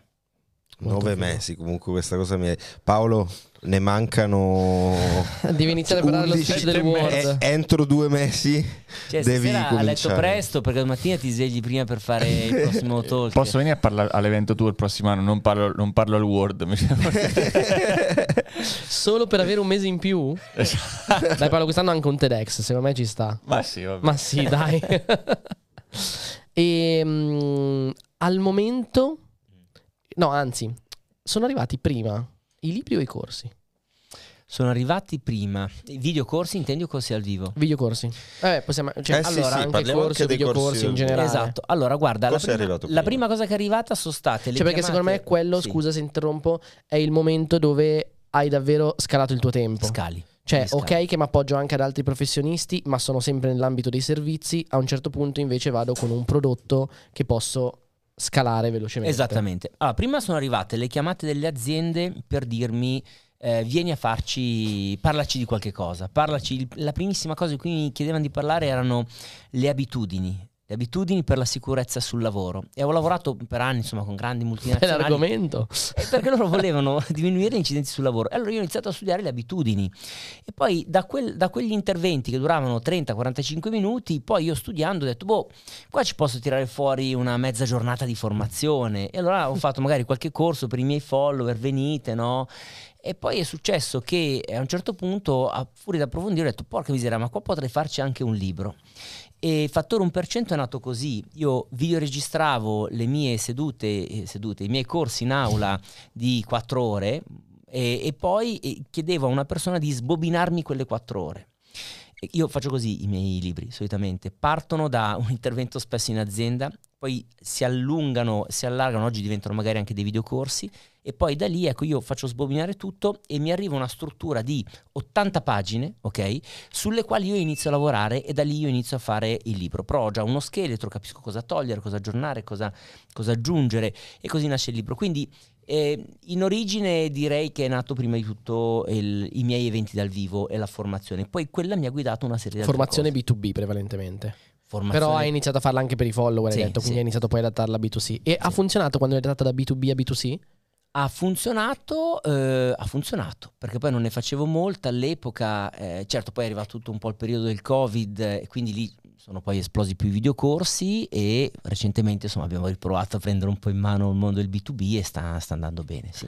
Nove mesi, comunque questa cosa mi è... Paolo, ne mancano... Devi iniziare a preparare lo undici speech del Word. Eh, entro due mesi Cioè, devi stasera a letto cominciare. presto, perché domattina ti svegli prima per fare il prossimo talk. Posso venire a parlare all'evento tuo il prossimo anno? Non parlo, non parlo al Word. Solo per avere un mese in più? Dai Paolo, quest'anno anche un TEDx, secondo me ci sta. Ma sì, vabbè. Ma sì, dai. E mm, al momento, no, anzi, sono arrivati prima i libri o i corsi? Sono arrivati prima i videocorsi, intendi, o corsi al vivo? Videocorsi. Eh, possiamo, cioè, Eh sì, allora, sì, anche parliamo corsi anche o dei videocorsi corsi in del- generale. Esatto. Allora, guarda, la Cosa è prima, arrivato la prima? prima cosa che è arrivata sono state le Cioè, perché chiamate- secondo me quello, Sì. scusa se interrompo, è il momento dove hai davvero scalato il tuo tempo. Scali. Cioè, Gli scali. ok che mi appoggio anche ad altri professionisti, ma sono sempre nell'ambito dei servizi. A un certo punto invece vado con un prodotto che posso scalare velocemente. Esattamente. Allora, prima sono arrivate le chiamate delle aziende per dirmi eh, vieni a farci, parlaci di qualche cosa, parlaci. La primissima cosa di cui mi chiedevano di parlare erano le abitudini. Le abitudini per la sicurezza sul lavoro. E ho lavorato per anni, insomma, con grandi È multinazionali. l'argomento. Eh, perché loro volevano diminuire gli incidenti sul lavoro. E allora io ho iniziato a studiare le abitudini, e poi da, quel, da quegli interventi che duravano trenta quarantacinque minuti, poi io studiando ho detto boh, qua ci posso tirare fuori una mezza giornata di formazione. E allora ho fatto magari qualche corso per i miei follower, venite, no? E poi è successo che a un certo punto, a furia di approfondire, ho detto porca miseria, ma qua potrei farci anche un libro. E Fattore uno per cento è nato così. Io videoregistravo le mie sedute, eh, sedute, i miei corsi in aula di quattro ore, e, e poi eh, chiedevo a una persona di sbobinarmi quelle quattro ore. E io faccio così i miei libri, solitamente. Partono da un intervento spesso in azienda, poi si allungano, si allargano, oggi diventano magari anche dei videocorsi, e poi da lì, ecco, io faccio sbobinare tutto e mi arriva una struttura di ottanta pagine, ok, sulle quali io inizio a lavorare, e da lì io inizio a fare il libro. Però ho già uno scheletro, capisco cosa togliere, cosa aggiornare, cosa, cosa aggiungere, e così nasce il libro. Quindi eh, in origine direi che è nato prima di tutto il, i miei eventi dal vivo e la formazione, poi quella mi ha guidato una serie di altre Formazione cose. B due B prevalentemente. Formazione... Però hai iniziato a farla anche per i follower, Sì, hai detto, quindi sì. hai iniziato poi ad adattarla a B due C. E ha funzionato quando l'hai adattata da B due B a B due C? Ha funzionato, eh, ha funzionato, perché poi non ne facevo molta all'epoca, eh, certo poi è arrivato tutto un po' il periodo del Covid, e quindi lì sono poi esplosi più i videocorsi, e recentemente insomma abbiamo riprovato a prendere un po' in mano il mondo del B due B, e sta, sta andando bene, sì.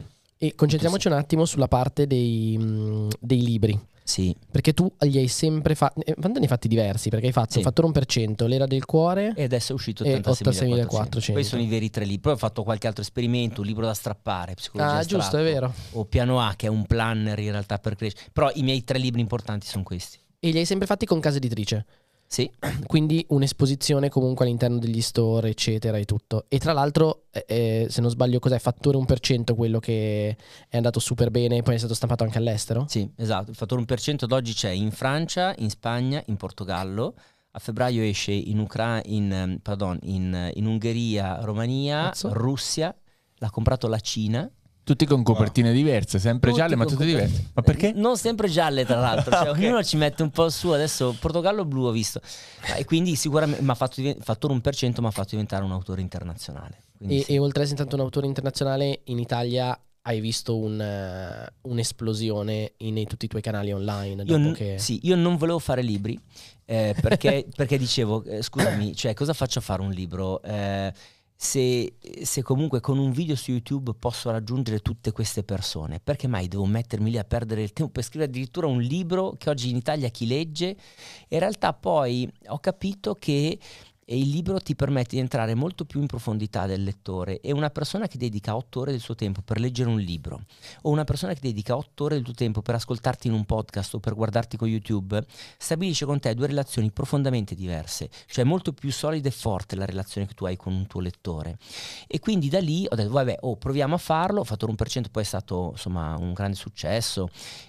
E concentriamoci un attimo sulla parte dei, mh, dei libri. Sì. Perché tu gli hai sempre fatti, quando ne hai fatti diversi? Perché hai fatto Sì. Fattore uno per cento, L'era del cuore E adesso è uscito e ottantaseimilaquattrocento. Questi sono i veri tre libri. Poi ho fatto qualche altro esperimento, un libro da strappare, psicologia Ah, astratto, giusto, è vero. o Piano A, che è un planner in realtà per crescere. Però i miei tre libri importanti sono questi. E li hai sempre fatti con casa editrice. Sì. Quindi un'esposizione comunque all'interno degli store, eccetera, e tutto. E tra l'altro, eh, se non sbaglio, cos'è? Fattore uno per cento, quello che è andato super bene e poi è stato stampato anche all'estero? Sì, esatto. Il Fattore uno per cento ad oggi c'è in Francia, in Spagna, in Portogallo. A febbraio esce in, Ucra- in, pardon, in, in Ungheria, Romania, Cazzo. Russia. L'ha comprato la Cina. Tutti con copertine diverse, sempre Tutti gialle, ma con tutte coper- diverse. Ma perché? Non sempre gialle, tra l'altro. Cioè, Ok. ognuno ci mette un po' il suo. Adesso Portogallo blu ho visto. Ah, E quindi sicuramente mi ha fatto diven- Fattore uno per cento mi ha fatto diventare un autore internazionale. Quindi E, sì. e oltre a essere stato un autore internazionale, in Italia hai visto un, eh, un'esplosione in, in tutti i tuoi canali online. Io, Dopo n- che... sì, io non volevo fare libri eh, perché, perché dicevo, eh, scusami, cioè cosa faccio a fare un libro? Eh, se, se comunque con un video su YouTube posso raggiungere tutte queste persone, perché mai devo mettermi lì a perdere il tempo per scrivere addirittura un libro che oggi in Italia chi legge? In realtà poi ho capito che e il libro ti permette di entrare molto più in profondità del lettore, e una persona che dedica otto ore del suo tempo per leggere un libro, o una persona che dedica otto ore del tuo tempo per ascoltarti in un podcast o per guardarti con YouTube, stabilisce con te due relazioni profondamente diverse, cioè molto più solida e forte la relazione che tu hai con un tuo lettore. E quindi da lì ho detto vabbè, oh, proviamo a farlo. Ho fatto un per cento, poi è stato insomma un grande successo.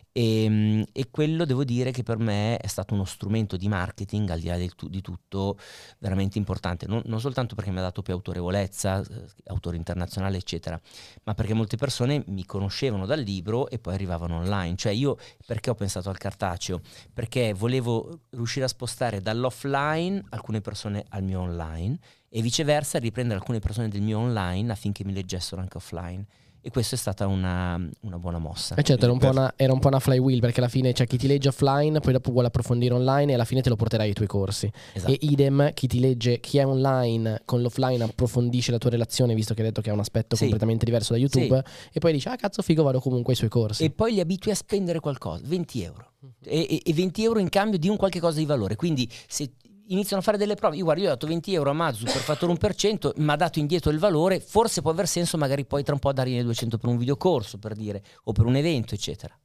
E, e quello devo dire che per me è stato uno strumento di marketing, al di là del tu- di tutto, veramente importante, non, non soltanto perché mi ha dato più autorevolezza, eh, autore internazionale eccetera, ma perché molte persone mi conoscevano dal libro e poi arrivavano online. Cioè io perché ho pensato al cartaceo? Perché volevo riuscire a spostare dall'offline alcune persone al mio online e viceversa riprendere alcune persone del mio online affinché mi leggessero anche offline. E questa è stata una, una buona mossa. Eh certo, era un, po' Per- una, era un po' una flywheel, perché alla fine c'è chi ti legge offline, poi dopo vuole approfondire online e alla fine te lo porterai ai tuoi corsi. Esatto. E idem, chi ti legge, chi è online con l'offline approfondisce la tua relazione, visto che hai detto che è un aspetto Sì. completamente diverso da YouTube, e poi dici ah cazzo figo, vado comunque ai suoi corsi. E poi li abitui a spendere qualcosa, venti euro. E, e- e venti euro in cambio di un qualche cosa di valore. Quindi se iniziano a fare delle prove, io guarda, io ho dato venti euro a Mazzu per Fattore uno per cento, mi ha dato indietro il valore, forse può aver senso magari poi tra un po' dargli duecento per un videocorso, per dire, o per un evento, eccetera.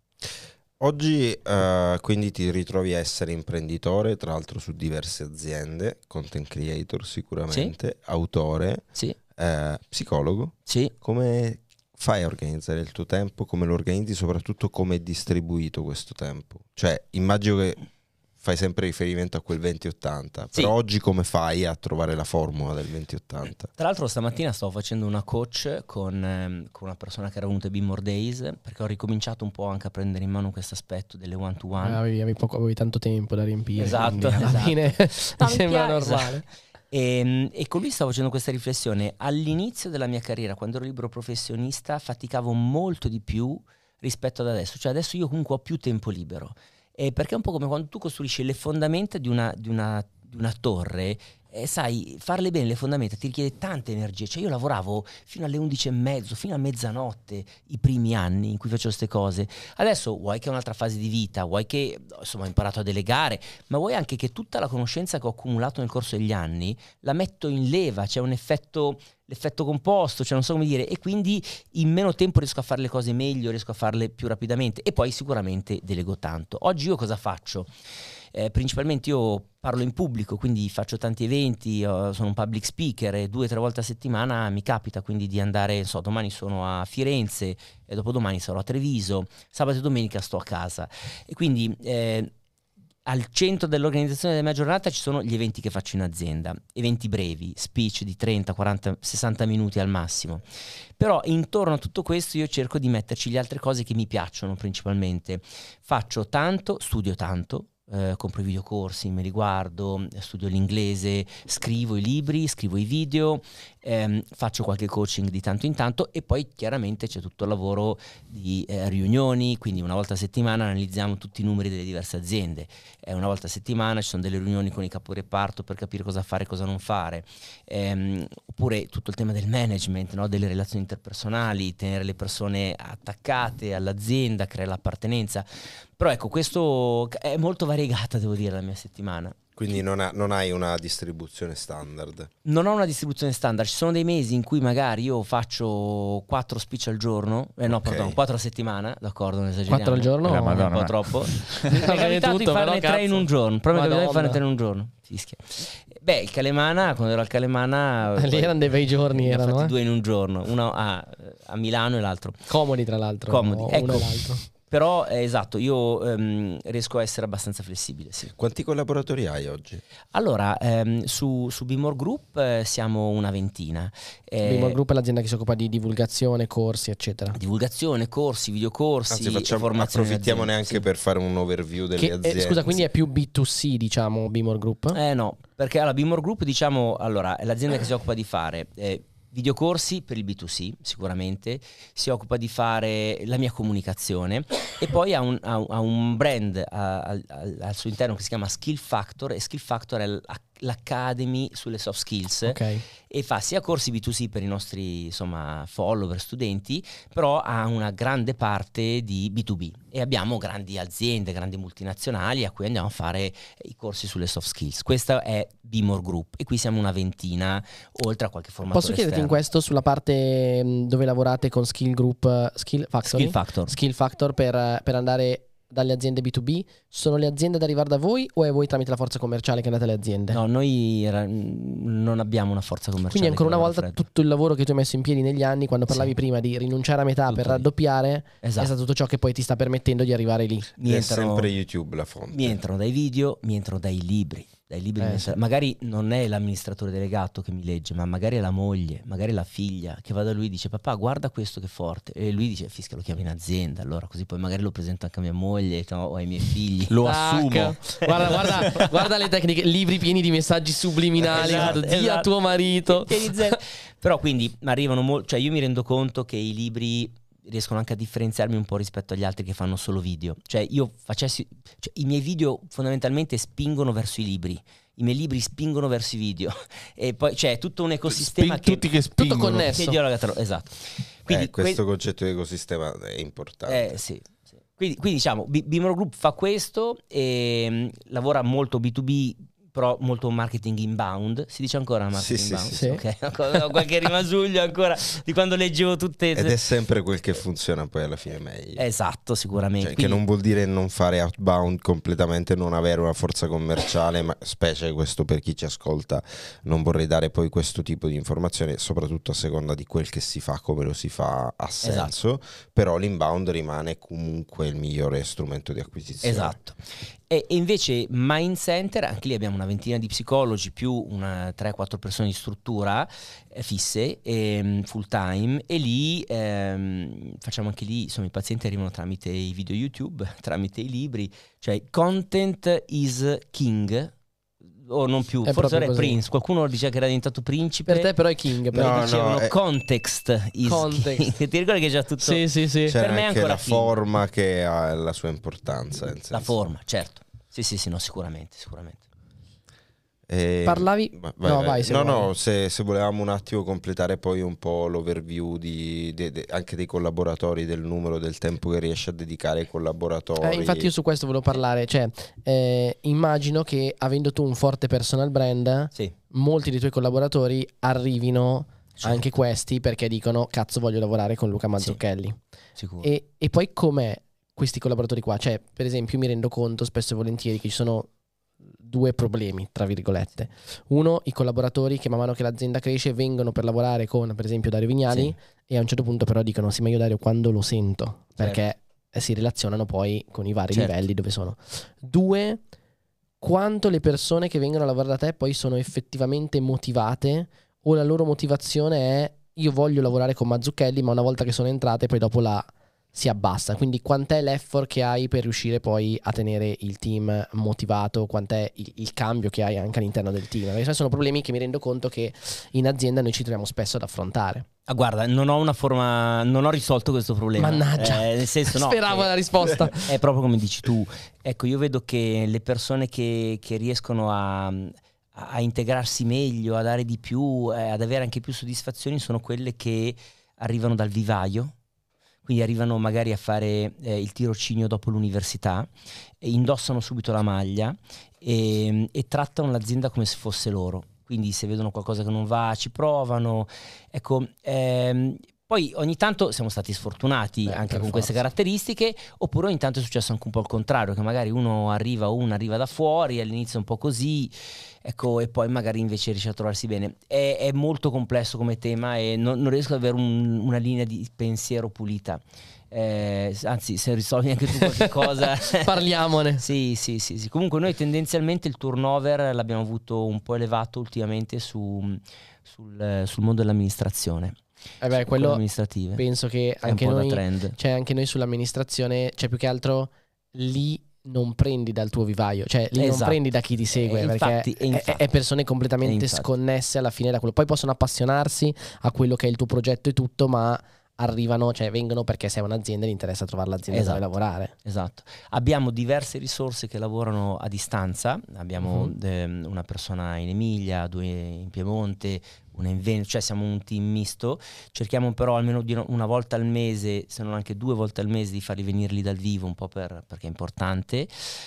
Oggi eh, quindi ti ritrovi a essere imprenditore, tra l'altro su diverse aziende, content creator sicuramente, autore, Sì, eh, psicologo. sì. Come fai a organizzare il tuo tempo? Come lo organizzi? Soprattutto come è distribuito questo tempo? Cioè immagino che fai sempre riferimento a quel venti ottanta, Sì. però oggi come fai a trovare la formula del venti ottanta? Tra l'altro stamattina stavo facendo una coach con, ehm, con una persona che era venuta ai Be More Days, perché ho ricominciato un po' anche a prendere in mano questo aspetto delle one to one. Ah, avevi, avevi poco- avevi tanto tempo da riempire. Esatto, quindi alla esatto. fine No, mi mi sembra piace. normale. E, e con lui stavo facendo questa riflessione. All'inizio della mia carriera, quando ero libero professionista, faticavo molto di più rispetto ad adesso. Cioè adesso io comunque ho più tempo libero. E perché è un po' come quando tu costruisci le fondamenta di una, di una, di una torre. E sai, farle bene le fondamenta ti richiede tante energie. Cioè io lavoravo fino alle undici e mezzo, fino a mezzanotte i primi anni in cui facevo queste cose. Adesso vuoi che è un'altra fase di vita, vuoi che insomma ho imparato a delegare, ma vuoi anche che tutta la conoscenza che ho accumulato nel corso degli anni la metto in leva. C'è un effetto, l'effetto composto, cioè non so come dire, e quindi in meno tempo riesco a fare le cose meglio, riesco a farle più rapidamente, e poi sicuramente delego tanto. Oggi io cosa faccio? Eh, principalmente io parlo in pubblico, quindi faccio tanti eventi, eh, sono un public speaker e due o tre volte a settimana mi capita quindi di andare, non so, domani sono a Firenze e dopodomani sarò a Treviso, sabato e domenica sto a casa, e quindi eh, al centro dell'organizzazione della mia giornata ci sono gli eventi che faccio in azienda, eventi brevi, speech di trenta, quaranta, sessanta minuti al massimo. Però intorno a tutto questo io cerco di metterci le altre cose che mi piacciono principalmente. Faccio tanto, studio tanto, eh, compro i videocorsi, me li guardo, studio l'inglese, scrivo i libri, scrivo i video, ehm, faccio qualche coaching di tanto in tanto e poi chiaramente c'è tutto il lavoro di eh, riunioni, quindi una volta a settimana analizziamo tutti i numeri delle diverse aziende, eh, una volta a settimana ci sono delle riunioni con i caporeparto per capire cosa fare e cosa non fare, ehm, oppure tutto il tema del management, no? Delle relazioni interpersonali, tenere le persone attaccate all'azienda, creare l'appartenenza. Però ecco, questo è molto variegata, devo dire, la mia settimana. Quindi non, ha, non hai una distribuzione standard? Non ho una distribuzione standard, ci sono dei mesi in cui magari io faccio quattro speech al giorno, eh no, Okay. pardon, quattro a settimana, d'accordo, non esageriamo. Quattro al giorno? Eh, Un Madonna. po' troppo. Mi è bene capitato di tutto, farne però, tre in cazzo. un giorno, però mi è capitato di farne Madonna. tre in un giorno. Fischia. Beh, il Calemana, quando ero al Calemana... Lì erano dei bei giorni, ne ho erano, fatti eh. due in un giorno, uno a, a Milano e l'altro. Comodi tra l'altro. Comodi, uno ecco. e l'altro. Però, eh, esatto, io ehm, riesco a essere abbastanza flessibile, sì. Quanti collaboratori hai oggi? Allora, ehm, su, su Be More Group eh, siamo una ventina. Eh, Be More Group è l'azienda che si occupa di divulgazione, corsi, eccetera. Divulgazione, corsi, videocorsi, Anzi, facciamo, formazione in approfittiamone azienda, anche per fare un overview delle Che, eh, aziende. scusa, quindi è più B due C, diciamo, Be More Group? sì. Eh no, perché alla Be More Group, diciamo, allora, è l'azienda che si occupa di fare... Eh, videocorsi per il B due C sicuramente, si occupa di fare la mia comunicazione e poi ha un, ha un- ha un brand a- al, al- al suo interno che si chiama Skill Factor, e Skill Factor è l- l'Academy sulle soft skills, Ok. e fa sia corsi B due C per i nostri insomma follower, studenti, però ha una grande parte di B due B e abbiamo grandi aziende, grandi multinazionali a cui andiamo a fare i corsi sulle soft skills. Questa è Be More Group e qui siamo una ventina, oltre a qualche formatore Posso chiederti in esterno. questo sulla parte mh, dove lavorate con Skill Group, eh, Skill Factory? Skill Factor. Skill Factor per, per andare dalle aziende B due B, sono le aziende ad arrivare da voi o è voi tramite la forza commerciale che andate alle aziende? No, noi era- non abbiamo una forza commerciale. Quindi ancora che una lavora volta freddo. tutto il lavoro che tu hai messo in piedi negli anni, quando parlavi Sì. prima di rinunciare a metà Tutto per lì. raddoppiare, è Esatto. stato tutto ciò che poi ti sta permettendo di arrivare lì. Mi È entrano, sempre YouTube la fonte. mi entrano dai video, mi entrano dai libri. Dai libri Eh, mi entrano- sì. Magari non è l'amministratore delegato che mi legge, ma magari è la moglie, magari la figlia che va da lui e dice papà guarda questo che forte, e lui dice Fischia lo chiamo in azienda, allora così poi magari lo presento anche a mia moglie, no, o ai miei figli. Lo Tac. assumo. Guarda, guarda, guarda le tecniche, libri pieni di messaggi subliminali, Esatto, guarda, zia esatto. tuo marito. Pieni zero. Però quindi arrivano molto, cioè io mi rendo conto che i libri riescono anche a differenziarmi un po' rispetto agli altri che fanno solo video. Cioè io facessi, cioè, i miei video fondamentalmente spingono verso i libri, i miei libri spingono verso i video e poi c'è tutto un ecosistema Spin- che tutti che spingono. connesso. che dialoga. Esatto. Quindi Eh, questo que- concetto di ecosistema è importante. eh, sì, sì. Quindi, quindi diciamo Be Be More Group fa questo e mh, lavora molto B due B, però molto marketing inbound. Si dice ancora marketing Sì, sì, inbound? sì, sì. Ok, ancora- ho qualche rimasuglio ancora di quando leggevo tutte. Ed è sempre quel che funziona poi alla fine meglio. Esatto, sicuramente. Cioè, Quindi- che non vuol dire non fare outbound completamente, non avere una forza commerciale, ma specie questo per chi ci ascolta, non vorrei dare poi questo tipo di informazioni, soprattutto a seconda di quel che si fa, come lo si fa, ha senso, però l'inbound rimane comunque il migliore strumento di acquisizione. Esatto. E, e invece Mind Center, anche lì abbiamo una ventina di psicologi più una tre quattro persone di struttura eh, fisse, ehm, full time, e lì ehm, facciamo anche lì, insomma i pazienti arrivano tramite i video YouTube, tramite i libri, cioè content is king, o non più, È forse proprio era così. Prince, qualcuno dice che era diventato principe. Per te però è King. Per No, poi me. dicevano è- context is Context. king. Ti ricordi che già tutto Sì, sì, sì. C'è Per me è anche ancora la king. forma che ha la sua importanza. nel la senso. forma, certo. Sì, sì, sì, no, sicuramente, sicuramente. Eh, Parlavi- va- no, vai, se no, vuoi. no, se, se volevamo un attimo completare poi un po' l'overview di, de- de- anche dei collaboratori, del numero, del tempo che riesce a dedicare ai collaboratori. Eh, infatti io su questo volevo parlare, cioè eh, immagino che avendo tu un forte personal brand, Sì. molti dei tuoi collaboratori arrivino Certo. anche questi perché dicono cazzo voglio lavorare con Luca Mazzucchelli. Sicuro. E, e poi com'è questi collaboratori qua? Cioè per esempio io mi rendo conto spesso e volentieri che ci sono due problemi tra virgolette. Uno, i collaboratori che man mano che l'azienda cresce vengono per lavorare con per esempio Dario Vignali Sì. e a un certo punto però dicono sì ma io Dario quando lo sento perché eh, si relazionano poi con i vari Certo. livelli dove sono. Due, quanto le persone che vengono a lavorare da te poi sono effettivamente motivate o la loro motivazione è io voglio lavorare con Mazzucchelli ma una volta che sono entrate poi dopo la, si abbassa. Quindi quant'è l'effort che hai per riuscire poi a tenere il team motivato, quant'è il, il cambio che hai anche all'interno del team? Perché sono problemi che mi rendo conto che in azienda noi ci troviamo spesso ad affrontare. Ah, guarda, non ho una forma, non ho risolto questo problema. Mannaggia, eh, nel senso, no, speravo che- la risposta. È proprio come dici tu. Ecco, io vedo che le persone che, che riescono a, a integrarsi meglio, a dare di più, eh, ad avere anche più soddisfazioni, sono quelle che arrivano dal vivaio. Quindi arrivano magari a fare eh, il tirocinio dopo l'università, e indossano subito la maglia e, e trattano l'azienda come se fosse loro. Quindi se vedono qualcosa che non va ci provano. Ecco, ehm, poi ogni tanto siamo stati sfortunati Beh, anche per con forza. queste caratteristiche, oppure ogni tanto è successo anche un po' il contrario, che magari uno arriva o una arriva da fuori, all'inizio un po' così, ecco, e poi magari invece riesce a trovarsi bene. È, è molto complesso come tema e non, non riesco ad avere un- una linea di pensiero pulita. Eh, anzi, se risolvi anche tu qualche cosa... Parliamone. Sì, sì, sì, sì. Comunque noi tendenzialmente il turnover l'abbiamo avuto un po' elevato ultimamente su, sul, sul mondo dell'amministrazione. Eh beh, Su quello quelle amministrative. penso che È un anche po' noi, da trend. cioè anche noi sull'amministrazione, cioè più che altro lì non prendi dal tuo vivaio, cioè lì non Esatto. prendi da chi ti segue, Eh, perché infatti, e è- infatti. è persone E completamente infatti. sconnesse alla fine da quello. Poi possono appassionarsi a quello che è il tuo progetto e tutto, ma arrivano, cioè vengono perché sei un'azienda e gli interessa trovare l'azienda Esatto. dove lavorare. Esatto. Abbiamo diverse risorse che lavorano a distanza. Abbiamo Mhm. ehm, una persona in Emilia, due in Piemonte, una in Veneto, cioè siamo un team misto. Cerchiamo però almeno di no- una volta al mese, se non anche due volte al mese, di farli venire lì dal vivo, un po' per, perché è importante.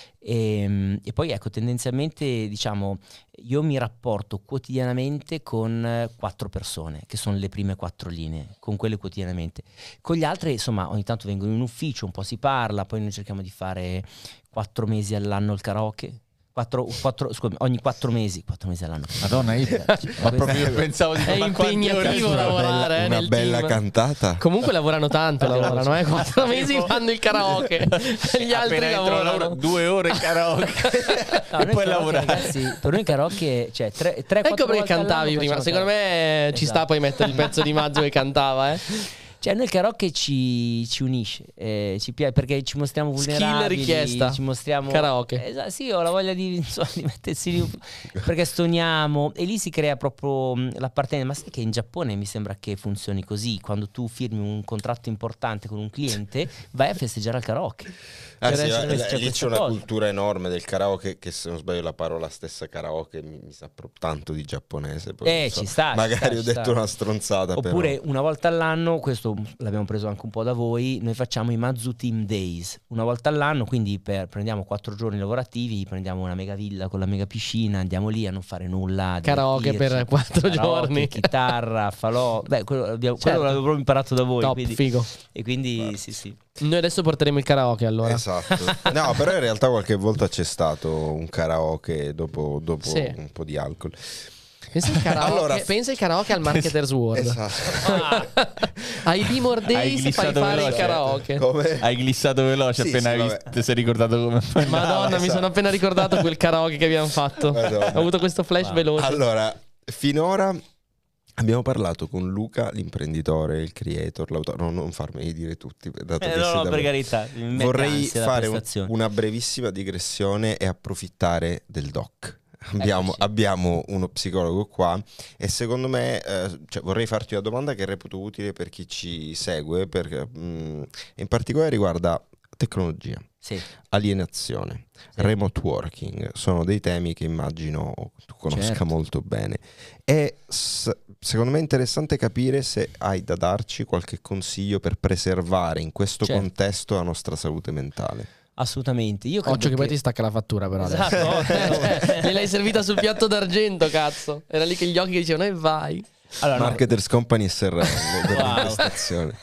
E, e poi ecco, tendenzialmente diciamo, io mi rapporto quotidianamente con eh, quattro persone, che sono le prime quattro linee, con quelle quotidianamente. Con gli altri, insomma, ogni tanto vengono in ufficio, un po' si parla, poi noi cerchiamo di fare quattro mesi all'anno il karaoke. Quattro, quattro, scusami, ogni quattro mesi, quattro mesi all'anno. Madonna, io ma proprio pensavo di È ma quante impegnativo ore sono? lavorare eh, una nel bella team. cantata. Comunque lavorano tanto, lavorano, eh? Quattro mesi fanno il karaoke, gli altri Appena entro al lavorano. lavoro, due ore karaoke No, e noi poi karaoke, lavorare. ragazzi, per noi karaoke, cioè tre, tre Ecco quattro perché volte all'anno cantavi prima. facciamo Secondo me ci sta Esatto. poi mettere il pezzo di Maggio che cantava, eh. Cioè noi il karaoke ci, ci unisce, eh, ci piace perché ci mostriamo Skill vulnerabili, richiesta. ci mostriamo Karaoke. Esatto, sì, ho la voglia di, insomma, di mettersi lì perché stoniamo e lì si crea proprio mh, l'appartenenza. Ma sai che in Giappone mi sembra che funzioni così, quando tu firmi un contratto importante con un cliente vai a festeggiare al karaoke. Ah, Per sì, essere- eh, c'è lì questa c'è una cosa. cultura enorme del karaoke che, se non sbaglio, la parola stessa karaoke mi, mi sa proprio tanto di giapponese. Poi, Eh, non so, ci sta, ci magari sta, ho ci detto sta. una stronzata. Oppure però. una volta all'anno, questo l'abbiamo preso anche un po' da voi, noi facciamo i Mazu Team Days, una volta all'anno, quindi per, prendiamo quattro giorni lavorativi, prendiamo una mega villa con la mega piscina, andiamo lì a non fare nulla, a Karaoke divertirci, per quattro karaoke, giorni. chitarra, falò, beh quello, abbiamo, quello Certo. l'avevo proprio imparato da voi, Top, quindi- figo. e quindi sì sì. Noi adesso porteremo il karaoke allora. Esatto. No, però in realtà qualche volta c'è stato un karaoke dopo, dopo Sì. un po' di alcol. Pensa il karaoke, Allora- pensa il karaoke al Marketers World. Esatto. Ai B-More Hai Days fai glissato fare il veloce. karaoke. Come? Hai glissato veloce Sì, appena sì, hai vabbè. visto, ti sei ricordato come fai. Madonna, mi esatto. sono appena ricordato quel karaoke che abbiamo fatto. Madonna. Ho avuto questo flash Wow. veloce. Allora, finora abbiamo parlato con Luca, l'imprenditore, il creator, l'autore. No, non farmi dire tutti, dato Eh, che no, sei no, da per me. carità, mi mette Vorrei ansia la fare un- prestazione. una brevissima digressione e approfittare del doc. Abbiamo, Eccoci. abbiamo uno psicologo qua e secondo me eh, cioè, vorrei farti una domanda che reputo utile per chi ci segue, perché mh, in particolare riguarda tecnologia, Sì. alienazione, Sì. remote working. Sono dei temi che immagino tu conosca Certo. molto bene. E s- secondo me è interessante capire se hai da darci qualche consiglio per preservare in questo Certo. contesto la nostra salute mentale. Assolutamente. Io credo Occhio che poi ti stacca la fattura però adesso. Esatto. Gliel'hai servita sul piatto d'argento, cazzo. Era lì che gli occhi che dicevano e vai. Allora, no, Marketers Company S R L per Wow. l'impostazione.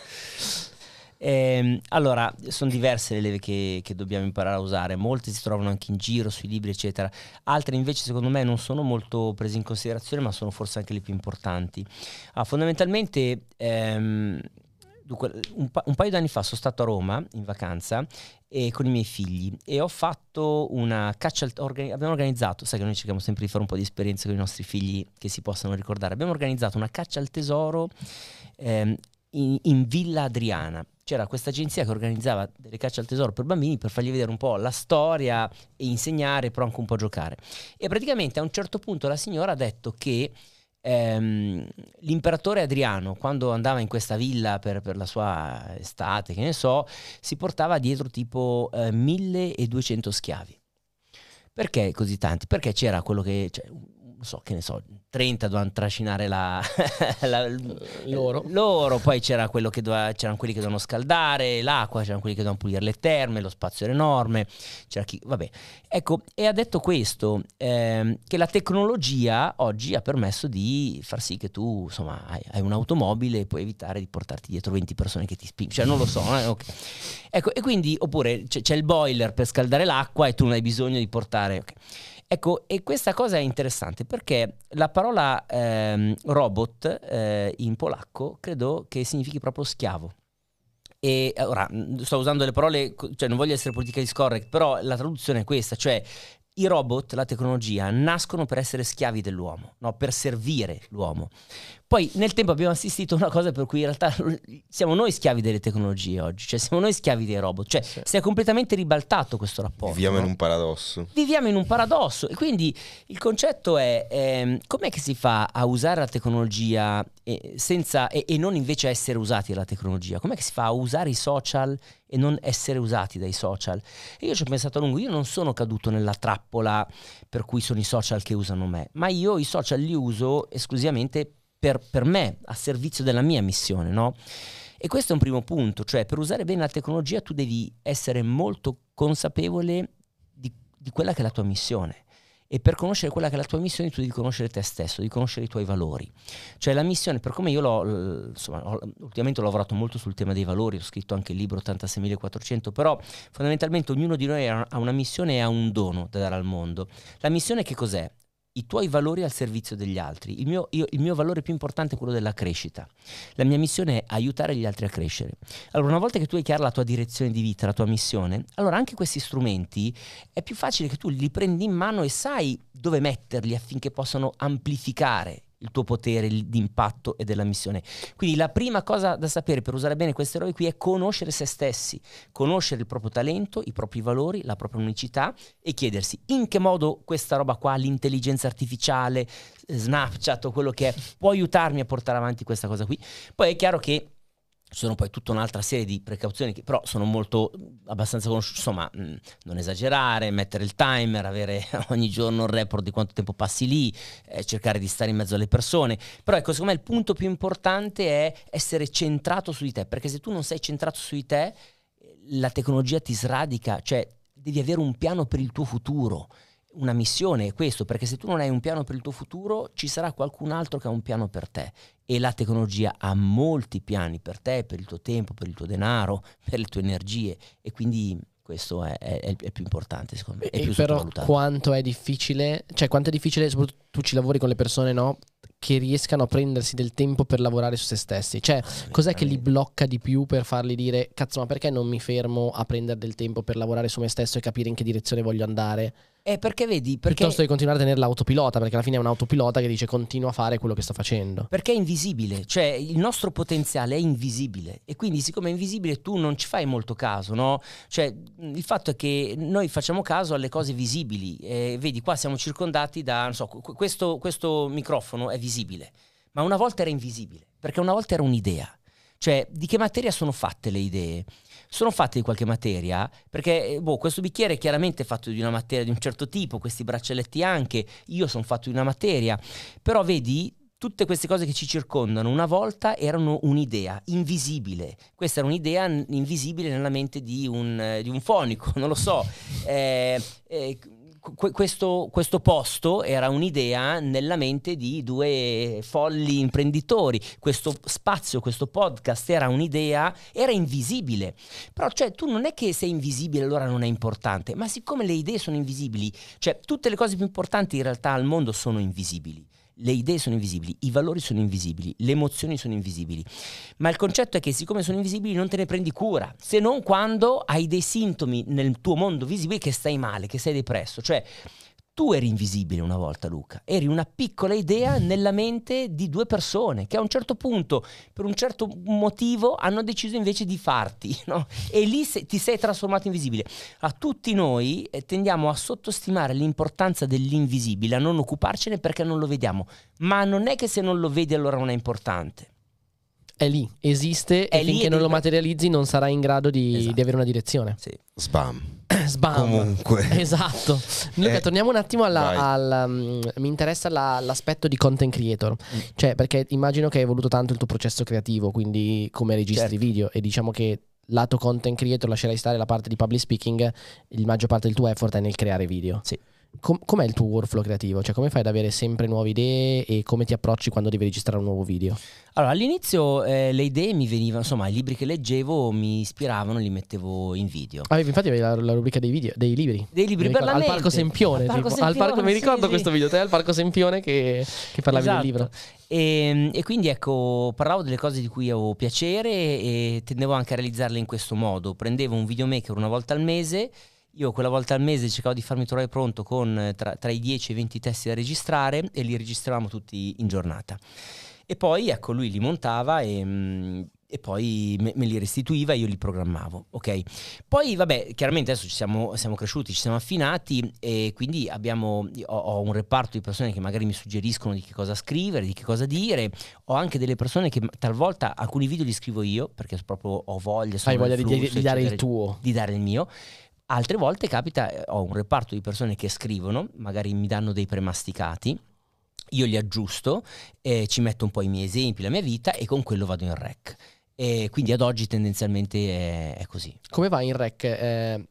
Ehm, allora, sono diverse le leve che, che dobbiamo imparare a usare, molte si trovano anche in giro, sui libri eccetera, altre invece secondo me non sono molto prese in considerazione, ma sono forse anche le più importanti. Ah, fondamentalmente, ehm, dunque, un, pa- un paio di anni fa sono stato a Roma in vacanza e con i miei figli e ho fatto una caccia al organi- abbiamo organizzato, sai che noi cerchiamo sempre di fare un po' di esperienze con i nostri figli che si possano ricordare, abbiamo organizzato una caccia al tesoro ehm, in, in Villa Adriana, c'era questa agenzia che organizzava delle cacce al tesoro per bambini per fargli vedere un po' la storia e insegnare, però anche un po' giocare. E praticamente a un certo punto la signora ha detto che ehm, l'imperatore Adriano, quando andava in questa villa per, per la sua estate, che ne so, si portava dietro tipo eh, milleduecento schiavi. Perché così tanti? Perché c'era quello che... Cioè, non so, che ne so, trenta dovevano trascinare la, la loro. loro, poi c'era quello che doveva, c'erano quelli che dovevano scaldare l'acqua, c'erano quelli che dovevano pulire le terme, lo spazio era enorme, c'era chi, vabbè. Ecco, e ha detto questo, ehm, che la tecnologia oggi ha permesso di far sì che tu, insomma, hai, hai un'automobile e puoi evitare di portarti dietro venti persone che ti spingono, cioè non lo so, eh? Okay. Ecco, e quindi, oppure c'è, c'è il boiler per scaldare l'acqua e tu non hai bisogno di portare... Okay. Ecco, e questa cosa è interessante perché la parola ehm, robot eh, in polacco credo che significhi proprio schiavo. E ora sto usando le parole, cioè non voglio essere politically correct, però la traduzione è questa, cioè i robot, la tecnologia, nascono per essere schiavi dell'uomo, no? Per servire l'uomo. Poi nel tempo abbiamo assistito a una cosa per cui in realtà siamo noi schiavi delle tecnologie oggi, cioè siamo noi schiavi dei robot, cioè sì. Si è completamente ribaltato questo rapporto. Viviamo no? in un paradosso. Viviamo in un paradosso e quindi il concetto è ehm, com'è che si fa a usare la tecnologia eh, senza, e, e non invece essere usati dalla tecnologia? Com'è che si fa a usare i social e non essere usati dai social? E io ci ho pensato a lungo, io non sono caduto nella trappola per cui sono i social che usano me, ma io i social li uso esclusivamente per, per me, a servizio della mia missione, no? E questo è un primo punto, cioè per usare bene la tecnologia tu devi essere molto consapevole di, di quella che è la tua missione. E per conoscere quella che è la tua missione tu devi conoscere te stesso, devi conoscere i tuoi valori. Cioè la missione, per come io l'ho, insomma, ho, ultimamente ho lavorato molto sul tema dei valori, ho scritto anche il libro ottantaseimilaquattrocento, però fondamentalmente ognuno di noi ha una missione e ha un dono da dare al mondo. La missione che cos'è? I tuoi valori al servizio degli altri. Il mio, io, il mio valore più importante è quello della crescita. La mia missione è aiutare gli altri a crescere. Allora, una volta che tu hai chiara la tua direzione di vita, la tua missione, allora anche questi strumenti è più facile che tu li prendi in mano e sai dove metterli affinché possano amplificare il tuo potere di impatto e della missione. Quindi la prima cosa da sapere per usare bene queste robe qui è conoscere se stessi, conoscere il proprio talento, i propri valori, la propria unicità e chiedersi in che modo questa roba qua, l'intelligenza artificiale, Snapchat o quello che è, può aiutarmi a portare avanti questa cosa qui. Poi è chiaro che ci sono poi tutta un'altra serie di precauzioni che però sono molto abbastanza conosciute, insomma mh, non esagerare, mettere il timer, avere ogni giorno un report di quanto tempo passi lì, eh, cercare di stare in mezzo alle persone, però ecco secondo me il punto più importante è essere centrato su di te, perché se tu non sei centrato su di te la tecnologia ti sradica, cioè devi avere un piano per il tuo futuro. Una missione è questo, perché se tu non hai un piano per il tuo futuro ci sarà qualcun altro che ha un piano per te e la tecnologia ha molti piani per te, per il tuo tempo, per il tuo denaro, per le tue energie e quindi questo è, è, è il più importante secondo me, è e più però sottovalutato. Quanto è difficile, cioè quanto è difficile, soprattutto tu ci lavori con le persone, no? Che riescano a prendersi del tempo per lavorare su se stessi, cioè cos'è che li blocca di più per farli dire cazzo ma perché non mi fermo a prendere del tempo per lavorare su me stesso e capire in che direzione voglio andare? Eh, perché vedi, perché piuttosto di continuare a tenere l'autopilota, perché alla fine è un autopilota che dice continua a fare quello che sto facendo. Perché è invisibile, cioè il nostro potenziale è invisibile e quindi siccome è invisibile tu non ci fai molto caso, no? Cioè il fatto è che noi facciamo caso alle cose visibili, eh, vedi qua siamo circondati da, non so, questo, questo microfono è visibile, ma una volta era invisibile, perché una volta era un'idea. Cioè, di che materia sono fatte le idee? Sono fatte di qualche materia, perché boh, questo bicchiere è chiaramente fatto di una materia di un certo tipo, questi braccialetti anche, io sono fatto di una materia, però vedi, tutte queste cose che ci circondano una volta erano un'idea invisibile. Questa era un'idea invisibile nella mente di un, di un fonico, non lo so. Eh, eh, Questo, questo posto era un'idea nella mente di due folli imprenditori, questo spazio, questo podcast era un'idea, era invisibile, però cioè tu non è che sei invisibile allora non è importante, ma siccome le idee sono invisibili, cioè tutte le cose più importanti in realtà al mondo sono invisibili. Le idee sono invisibili, i valori sono invisibili, le emozioni sono invisibili, ma il concetto è che siccome sono invisibili non te ne prendi cura, se non quando hai dei sintomi nel tuo mondo visibile che stai male, che sei depresso, cioè Tu eri invisibile una volta, Luca, eri una piccola idea nella mente di due persone che a un certo punto, per un certo motivo, hanno deciso invece di farti, no? E lì se, ti sei trasformato in visibile. A tutti noi eh, tendiamo a sottostimare l'importanza dell'invisibile, a non occuparcene perché non lo vediamo, ma non è che se non lo vedi allora non è importante. È lì, esiste È e lì finché e non lo devi- materializzi non sarai in grado di, Esatto. di avere una direzione. Sì. Sbam. Sbam. Comunque. Esatto. Luca, Eh, torniamo un attimo alla, vai. al, um, mi interessa la- l'aspetto di content creator. Mm. Cioè, perché immagino che hai evoluto tanto il tuo processo creativo, quindi come registri Certo. video, e diciamo che lato content creator lascerai stare la parte di public speaking, il maggior parte del tuo effort è nel creare video. Sì. Com- com'è il tuo workflow creativo? Cioè, come fai ad avere sempre nuove idee e come ti approcci quando devi registrare un nuovo video? Allora, all'inizio eh, le idee mi venivano, insomma, i libri che leggevo mi ispiravano, li mettevo in video. Avevi infatti avevi la, la rubrica dei video, dei libri. Dei libri Mi per ricordo, la al mente. Parco Sempione, Al Parco tipo. Al Sempione, parco- mi sì, ricordo sì. questo video, te al Parco Sempione che, che parlavi Esatto. del libro. E, e quindi ecco, parlavo delle cose di cui avevo piacere e tendevo anche a realizzarle in questo modo. Prendevo un videomaker una volta al mese, io quella volta al mese cercavo di farmi trovare pronto con eh, tra, tra i dieci e i venti testi da registrare e li registravamo tutti in giornata. E poi ecco, lui li montava e, mm, e poi me, me li restituiva e io li programmavo, ok? Poi vabbè, chiaramente adesso ci siamo, siamo cresciuti, ci siamo affinati e quindi abbiamo, ho, ho un reparto di persone che magari mi suggeriscono di che cosa scrivere, di che cosa dire. Ho anche delle persone che talvolta alcuni video li scrivo io perché proprio ho voglia, sono Hai voglia nel di, di- flusso, di dare il eccetera, tuo. di dare il mio. Altre volte capita, eh, ho un reparto di persone che scrivono, magari mi danno dei premasticati, io li aggiusto, eh, ci metto un po' i miei esempi, la mia vita e con quello vado in rec. E quindi ad oggi tendenzialmente è, è così. Come vai in rec? Eh,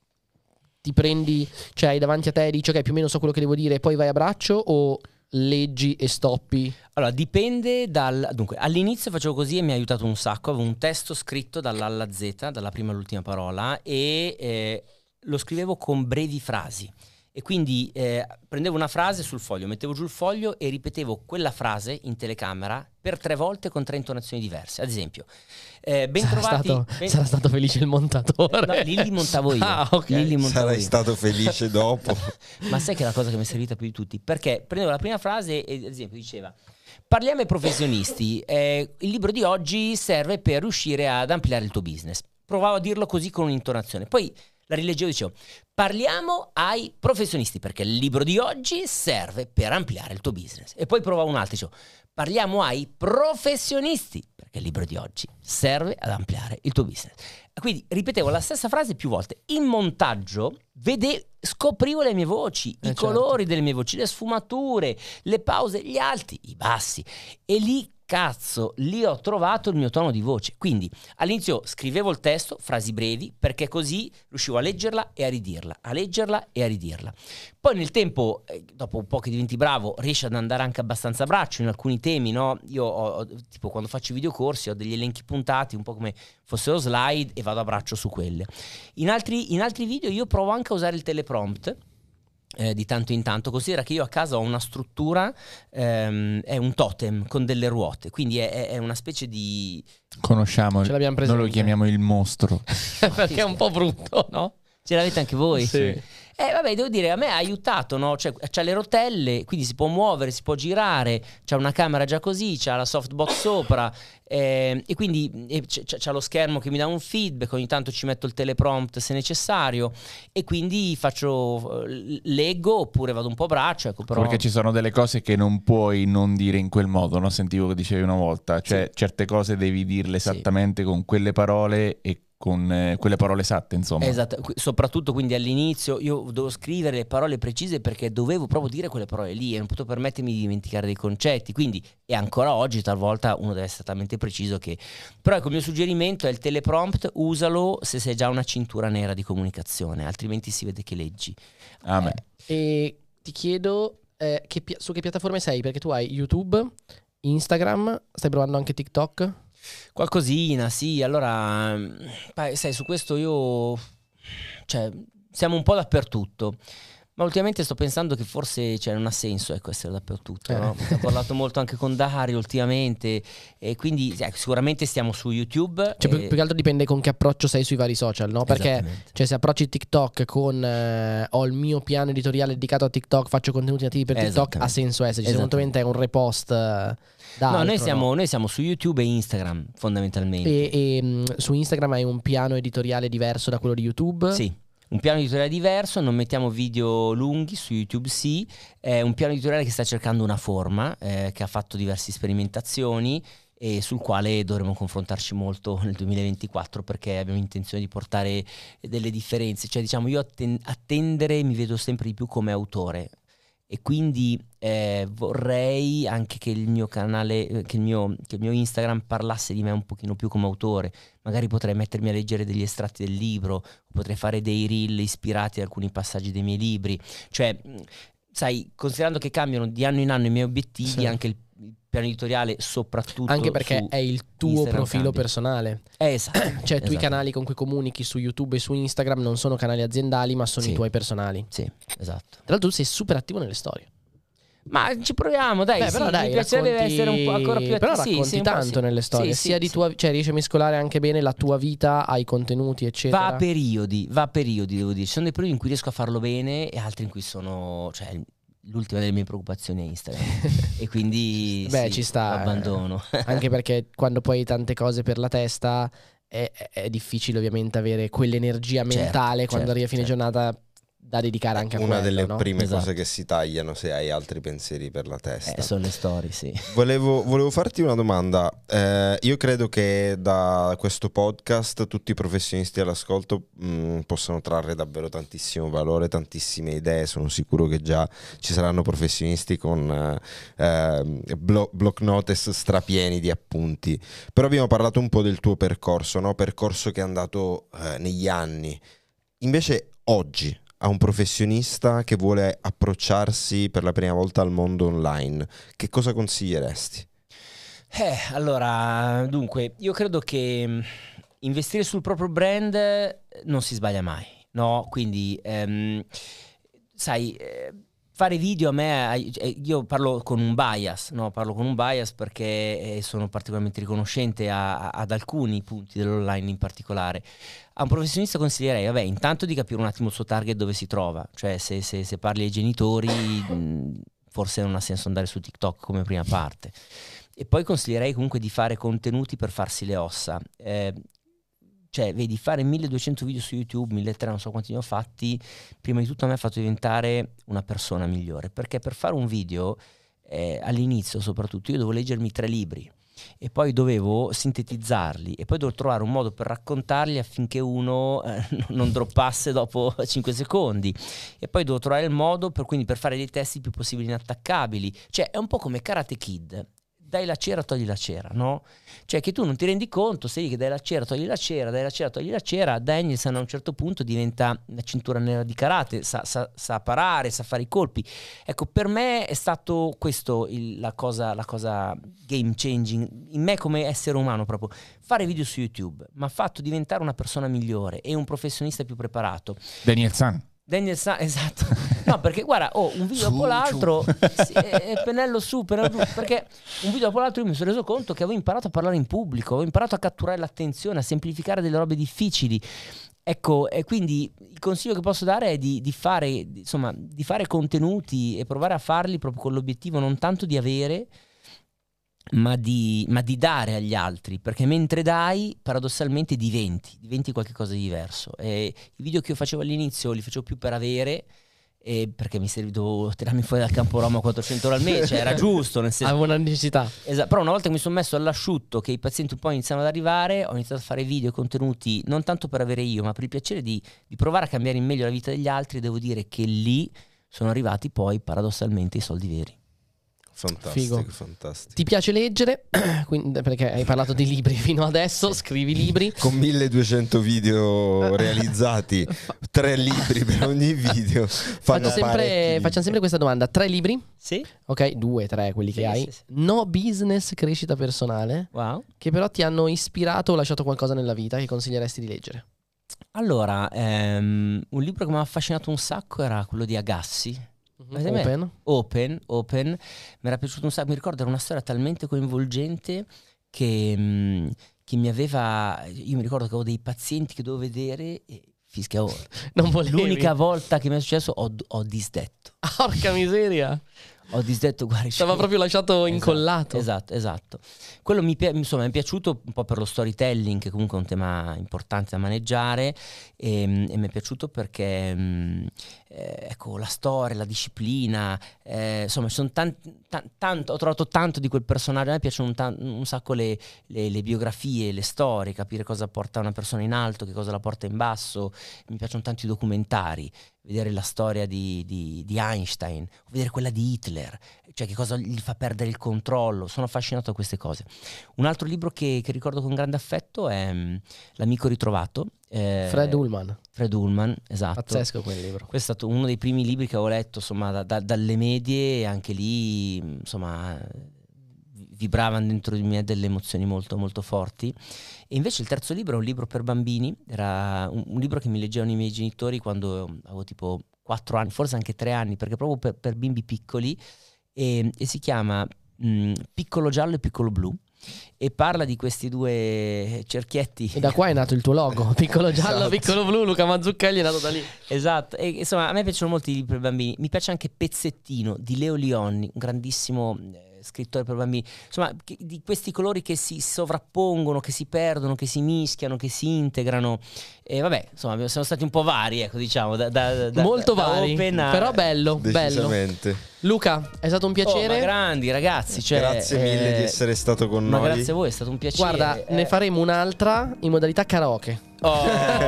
ti prendi, cioè hai davanti a te e dici ok, più o meno so quello che devo dire e poi vai a braccio, o leggi e stoppi? Allora, dipende dal... Dunque, all'inizio facevo così e mi ha aiutato un sacco. Avevo un testo scritto dall'A alla Z, dalla prima all'ultima parola, e eh, lo scrivevo con brevi frasi. E quindi eh, prendevo una frase sul foglio, mettevo giù il foglio e ripetevo quella frase in telecamera per tre volte con tre intonazioni diverse. Ad esempio, eh, ben Sarà trovati... stato, ben- sarà stato felice il montatore. No, lì li montavo io. Ah, ok. Lì li montavo Sarai io. stato felice dopo. Ma sai che è la cosa che mi è servita più di tutti? Perché prendevo la prima frase e ad esempio diceva: parliamo ai professionisti, eh, il libro di oggi serve per riuscire ad ampliare il tuo business. Provavo a dirlo così con un'intonazione. Poi la rileggevo e dicevo: parliamo ai professionisti perché il libro di oggi serve per ampliare il tuo business. E poi provavo un altro, dicevo: parliamo ai professionisti perché il libro di oggi serve ad ampliare il tuo business. Quindi ripetevo la stessa frase più volte. In montaggio vede, scoprivo le mie voci, Eh, i certo. colori delle mie voci, le sfumature, le pause, gli alti, i bassi. E lì, cazzo, lì ho trovato il mio tono di voce. Quindi all'inizio scrivevo il testo, frasi brevi, perché così riuscivo a leggerla e a ridirla, a leggerla e a ridirla. Poi nel tempo, eh, dopo un po' che diventi bravo, riesci ad andare anche abbastanza a braccio in alcuni temi, no? Io ho, ho- tipo quando faccio i videocorsi ho degli elenchi puntati, un po' come fossero slide, e vado a braccio su quelle. In altri, in altri video io provo anche a usare il teleprompt, eh, di tanto in tanto. Considera che io a casa ho una struttura, ehm, è un totem con delle ruote, quindi è, è- è una specie di... Conosciamo, Ce l'abbiamo noi lo presente. chiamiamo il mostro. Perché è un po' brutto, no? Ce l'avete anche voi? Sì. Eh vabbè, devo dire, a me ha aiutato, no? Cioè, c'ha le rotelle, quindi si può muovere, si può girare, c'ha una camera già così, c'ha la softbox sopra, eh, e quindi eh, c'è, c'ha lo schermo che mi dà un feedback, ogni tanto ci metto il teleprompt se necessario, e quindi faccio, eh, leggo oppure vado un po' a braccio, ecco, però... Perché ci sono delle cose che non puoi non dire in quel modo, no? Sentivo che dicevi una volta, cioè Sì. certe cose devi dirle Sì. esattamente con quelle parole e con eh, quelle parole esatte, insomma. Esatto, qui- soprattutto quindi all'inizio io dovevo scrivere le parole precise perché dovevo proprio dire quelle parole lì e non potevo permettermi di dimenticare dei concetti, quindi, e ancora oggi talvolta uno deve essere talmente preciso che... Però ecco, il mio suggerimento è il teleprompt, usalo se sei già una cintura nera di comunicazione, altrimenti si vede che leggi. Amen. E ti chiedo eh, che pi- su che piattaforme sei? Perché tu hai YouTube, Instagram, stai provando anche TikTok? Qualcosina, sì, allora, beh, sai, su questo io, cioè, siamo un po' dappertutto. Ma ultimamente sto pensando che forse cioè, non ha senso ecco, essere dappertutto. Eh. No? Ho parlato molto anche con Dario ultimamente e quindi ecco, sicuramente stiamo su YouTube. Cioè, e... più, più che altro dipende con che approccio sei sui vari social, no? Perché Esattamente. cioè, se approcci TikTok con eh, ho il mio piano editoriale dedicato a TikTok, faccio contenuti nativi per TikTok, ha Esattamente. senso esserci. Se Esattamente. eventualmente è un repost eh, da No, altro, noi siamo, no? noi siamo su YouTube e Instagram fondamentalmente. E, e mh, su Instagram hai un piano editoriale diverso da quello di YouTube? Sì, un piano editoriale diverso, non mettiamo video lunghi, su YouTube sì, è un piano editoriale che sta cercando una forma, eh, che ha fatto diverse sperimentazioni e sul quale dovremo confrontarci molto nel duemilaventiquattro perché abbiamo intenzione di portare delle differenze, cioè diciamo io a, ten- a tendere mi vedo sempre di più come autore e quindi eh, vorrei anche che il mio canale, che il mio, che il mio Instagram parlasse di me un pochino più come autore. Magari potrei mettermi a leggere degli estratti del libro, potrei fare dei reel ispirati ad alcuni passaggi dei miei libri. Cioè, sai, considerando che cambiano di anno in anno i miei obiettivi, Sì. anche il piano editoriale soprattutto Anche perché su è il tuo Instagram profilo cambia. personale. Eh, esatto. Cioè tu i esatto. canali con cui comunichi su YouTube e su Instagram non sono canali aziendali ma sono Sì. i tuoi personali. Sì, esatto. Tra l'altro tu sei super attivo nelle storie. Ma ci proviamo, dai. Beh, sì, però dai, mi piacerebbe racconti- essere un po' ancora più Però sì, racconti sì, un po' tanto sì. nelle storie, Sì, sia sì, di sì. tua, cioè riesci a mescolare anche bene la tua vita ai contenuti, eccetera. Va a periodi, va a periodi, devo dire. Ci sono dei periodi in cui riesco a farlo bene e altri in cui sono, cioè, l'ultima delle mie preoccupazioni è Instagram. E quindi Beh, sì, ci sta, lo abbandono. Anche perché quando poi hai tante cose per la testa è, è- è difficile ovviamente avere quell'energia Certo, mentale quando certo, arrivi a fine certo. giornata da dedicare anche a Una quello, delle no? prime Esatto. cose che si tagliano se hai altri pensieri per la testa. Eh, sono le storie, sì. Volevo, volevo farti una domanda. Eh, io credo che da questo podcast tutti i professionisti all'ascolto mh, possano trarre davvero tantissimo valore, tantissime idee. Sono sicuro che già ci saranno professionisti con eh, blo- block notice strapieni di appunti. Però abbiamo parlato un po' del tuo percorso, no? Percorso che è andato eh, negli anni. Invece oggi, a un professionista che vuole approcciarsi per la prima volta al mondo online, che cosa consiglieresti? Eh, allora, dunque, io credo che mh, investire sul proprio brand eh, non si sbaglia mai, no? Quindi, ehm, sai, eh, fare video a me, eh, io parlo con un bias, no? Parlo con un bias perché eh, sono particolarmente riconoscente a- a- ad alcuni punti dell'online in particolare. A un professionista consiglierei, vabbè, intanto di capire un attimo il suo target dove si trova, cioè se, se- se parli ai genitori mh, forse non ha senso andare su TikTok come prima parte. E poi consiglierei comunque di fare contenuti per farsi le ossa. Eh, cioè, vedi, fare milleduecento video su YouTube, milletrecento, non so quanti ne ho fatti, prima di tutto a me ha fatto diventare una persona migliore. Perché per fare un video, eh, all'inizio soprattutto, io dovevo leggermi tre libri e poi dovevo sintetizzarli e poi dovevo trovare un modo per raccontarli affinché uno eh, non droppasse dopo cinque secondi e poi dovevo trovare il modo per, quindi, per fare dei testi il più possibile inattaccabili. Cioè è un po' come Karate Kid, dai la cera, togli la cera, no? Cioè che tu non ti rendi conto, sei lì che dai la cera, togli la cera, dai la cera, togli la cera. Danielson a un certo punto diventa una cintura nera di karate, sa, sa, sa parare, sa fare i colpi. Ecco, per me è stato questo il- la cosa, la cosa game changing in me come essere umano, proprio fare video su YouTube mi ha fatto diventare una persona migliore e un professionista più preparato. Daniel San. Daniel Sa- esatto. No, perché guarda, oh, un video Su, dopo l'altro, sì, eh, eh, pennello su, pennello giù, perché un video dopo l'altro io mi sono reso conto che avevo imparato a parlare in pubblico, avevo imparato a catturare l'attenzione, a semplificare delle robe difficili. Ecco, e quindi il consiglio che posso dare è di, di fare, di- insomma, di fare contenuti e provare a farli proprio con l'obiettivo non tanto di avere, ma di, ma di dare agli altri, perché mentre dai paradossalmente diventi, diventi qualcosa di diverso. E i video che io facevo all'inizio li facevo più per avere, e perché mi servivo tirarmi fuori dal campo Roma quattrocento euro al mese, cioè era giusto, nel senso, Avevo una necessità. esatto. Però una volta che mi sono messo all'asciutto, che i pazienti un po' iniziano ad arrivare, ho iniziato a fare video e contenuti non tanto per avere io, ma per il piacere di, di provare a cambiare in meglio la vita degli altri. E devo dire che lì sono arrivati poi paradossalmente i soldi veri. Fantastico, Figo. fantastico. Ti piace leggere? Quindi, perché hai parlato di libri fino adesso, scrivi libri. Con milleduecento video realizzati, tre libri per ogni video. Fanno Faccio sempre, parecchi. facciamo sempre questa domanda. Tre libri? Sì? Ok, due, tre, quelli che Sì, hai. sì, sì. No business, crescita personale, Wow. che però ti hanno ispirato o lasciato qualcosa nella vita che consiglieresti di leggere. Allora, ehm, un libro che mi ha affascinato un sacco era quello di Agassi. Avete mai- Open. Open, Open, mi era piaciuto un sacco, mi ricordo era una storia talmente coinvolgente che, mh, che mi aveva, io mi ricordo che avevo dei pazienti che dovevo vedere e fischiavo. Non volevi. L'unica volta che mi è successo ho, ho disdetto, Porca miseria. ho disdetto, guarda, Stava cioè- proprio lasciato Esatto, incollato. Esatto, esatto. Quello mi, pi- insomma, mi è piaciuto un po' per lo storytelling, che comunque è un tema importante da maneggiare, e, e mi è piaciuto perché mh, eh, ecco, la storia, la disciplina, eh, insomma, ci sono tanti, tan- tanto, ho trovato tanto di quel personaggio. A me piacciono un, tan- un sacco le, le- le biografie, le storie, capire cosa porta una persona in alto, che cosa la porta in basso. Mi piacciono tanto i documentari, vedere la storia di, di- di Einstein, vedere quella di Hitler, cioè che cosa gli fa perdere il controllo. Sono affascinato da queste cose. Un altro libro che, che ricordo con grande affetto è mh, L'amico ritrovato. eh, Fred Ullman. Fred Ullman, esatto. Pazzesco quel libro. Questo è stato uno dei primi libri che avevo letto, insomma, da- da- dalle medie, e anche lì, insomma, vibravano dentro di me delle emozioni molto, molto forti. E invece il terzo libro è un libro per bambini, era un, un libro che mi leggevano i miei genitori quando avevo tipo quattro anni, forse anche tre anni, perché proprio per, per bimbi piccoli, e, e si chiama mh, Piccolo giallo e piccolo blu, e parla di questi due cerchietti. E da qua è nato il tuo logo. Piccolo giallo, Esatto. piccolo blu. Luca Mazzucchelli è nato da lì. Esatto, e insomma a me piacciono molto i libri per bambini. Mi piace anche Pezzettino di Leo Lionni, un grandissimo eh, scrittore per bambini. Insomma, che- di questi colori che si sovrappongono, che si perdono, che si mischiano, che si integrano. E vabbè, insomma, siamo stati un po' vari, ecco, diciamo, da, da- da- Molto da vari. Open a- Però bello, bello. Decisamente. Luca, è stato un Oh, ma piacere. grandi ragazzi, cioè, Grazie mille eh, di essere stato con ma noi. grazie a voi, è stato un piacere. Guarda, Eh. ne faremo un'altra in modalità karaoke. Oh,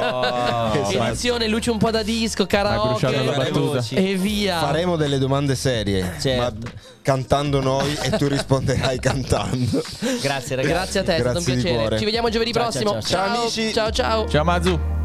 Esatto. Edizione luce un po' da disco, bruciato karaoke la battuta. e via. Faremo delle domande serie, Certo. ma cantando noi e tu risponderai cantando. Grazie ragazzi. Grazie a te, è stato un Grazie di piacere. cuore. Ci vediamo giovedì Ciao, prossimo. ciao, ciao. Ciao, amici. Ciao ciao. Ciao Mazu.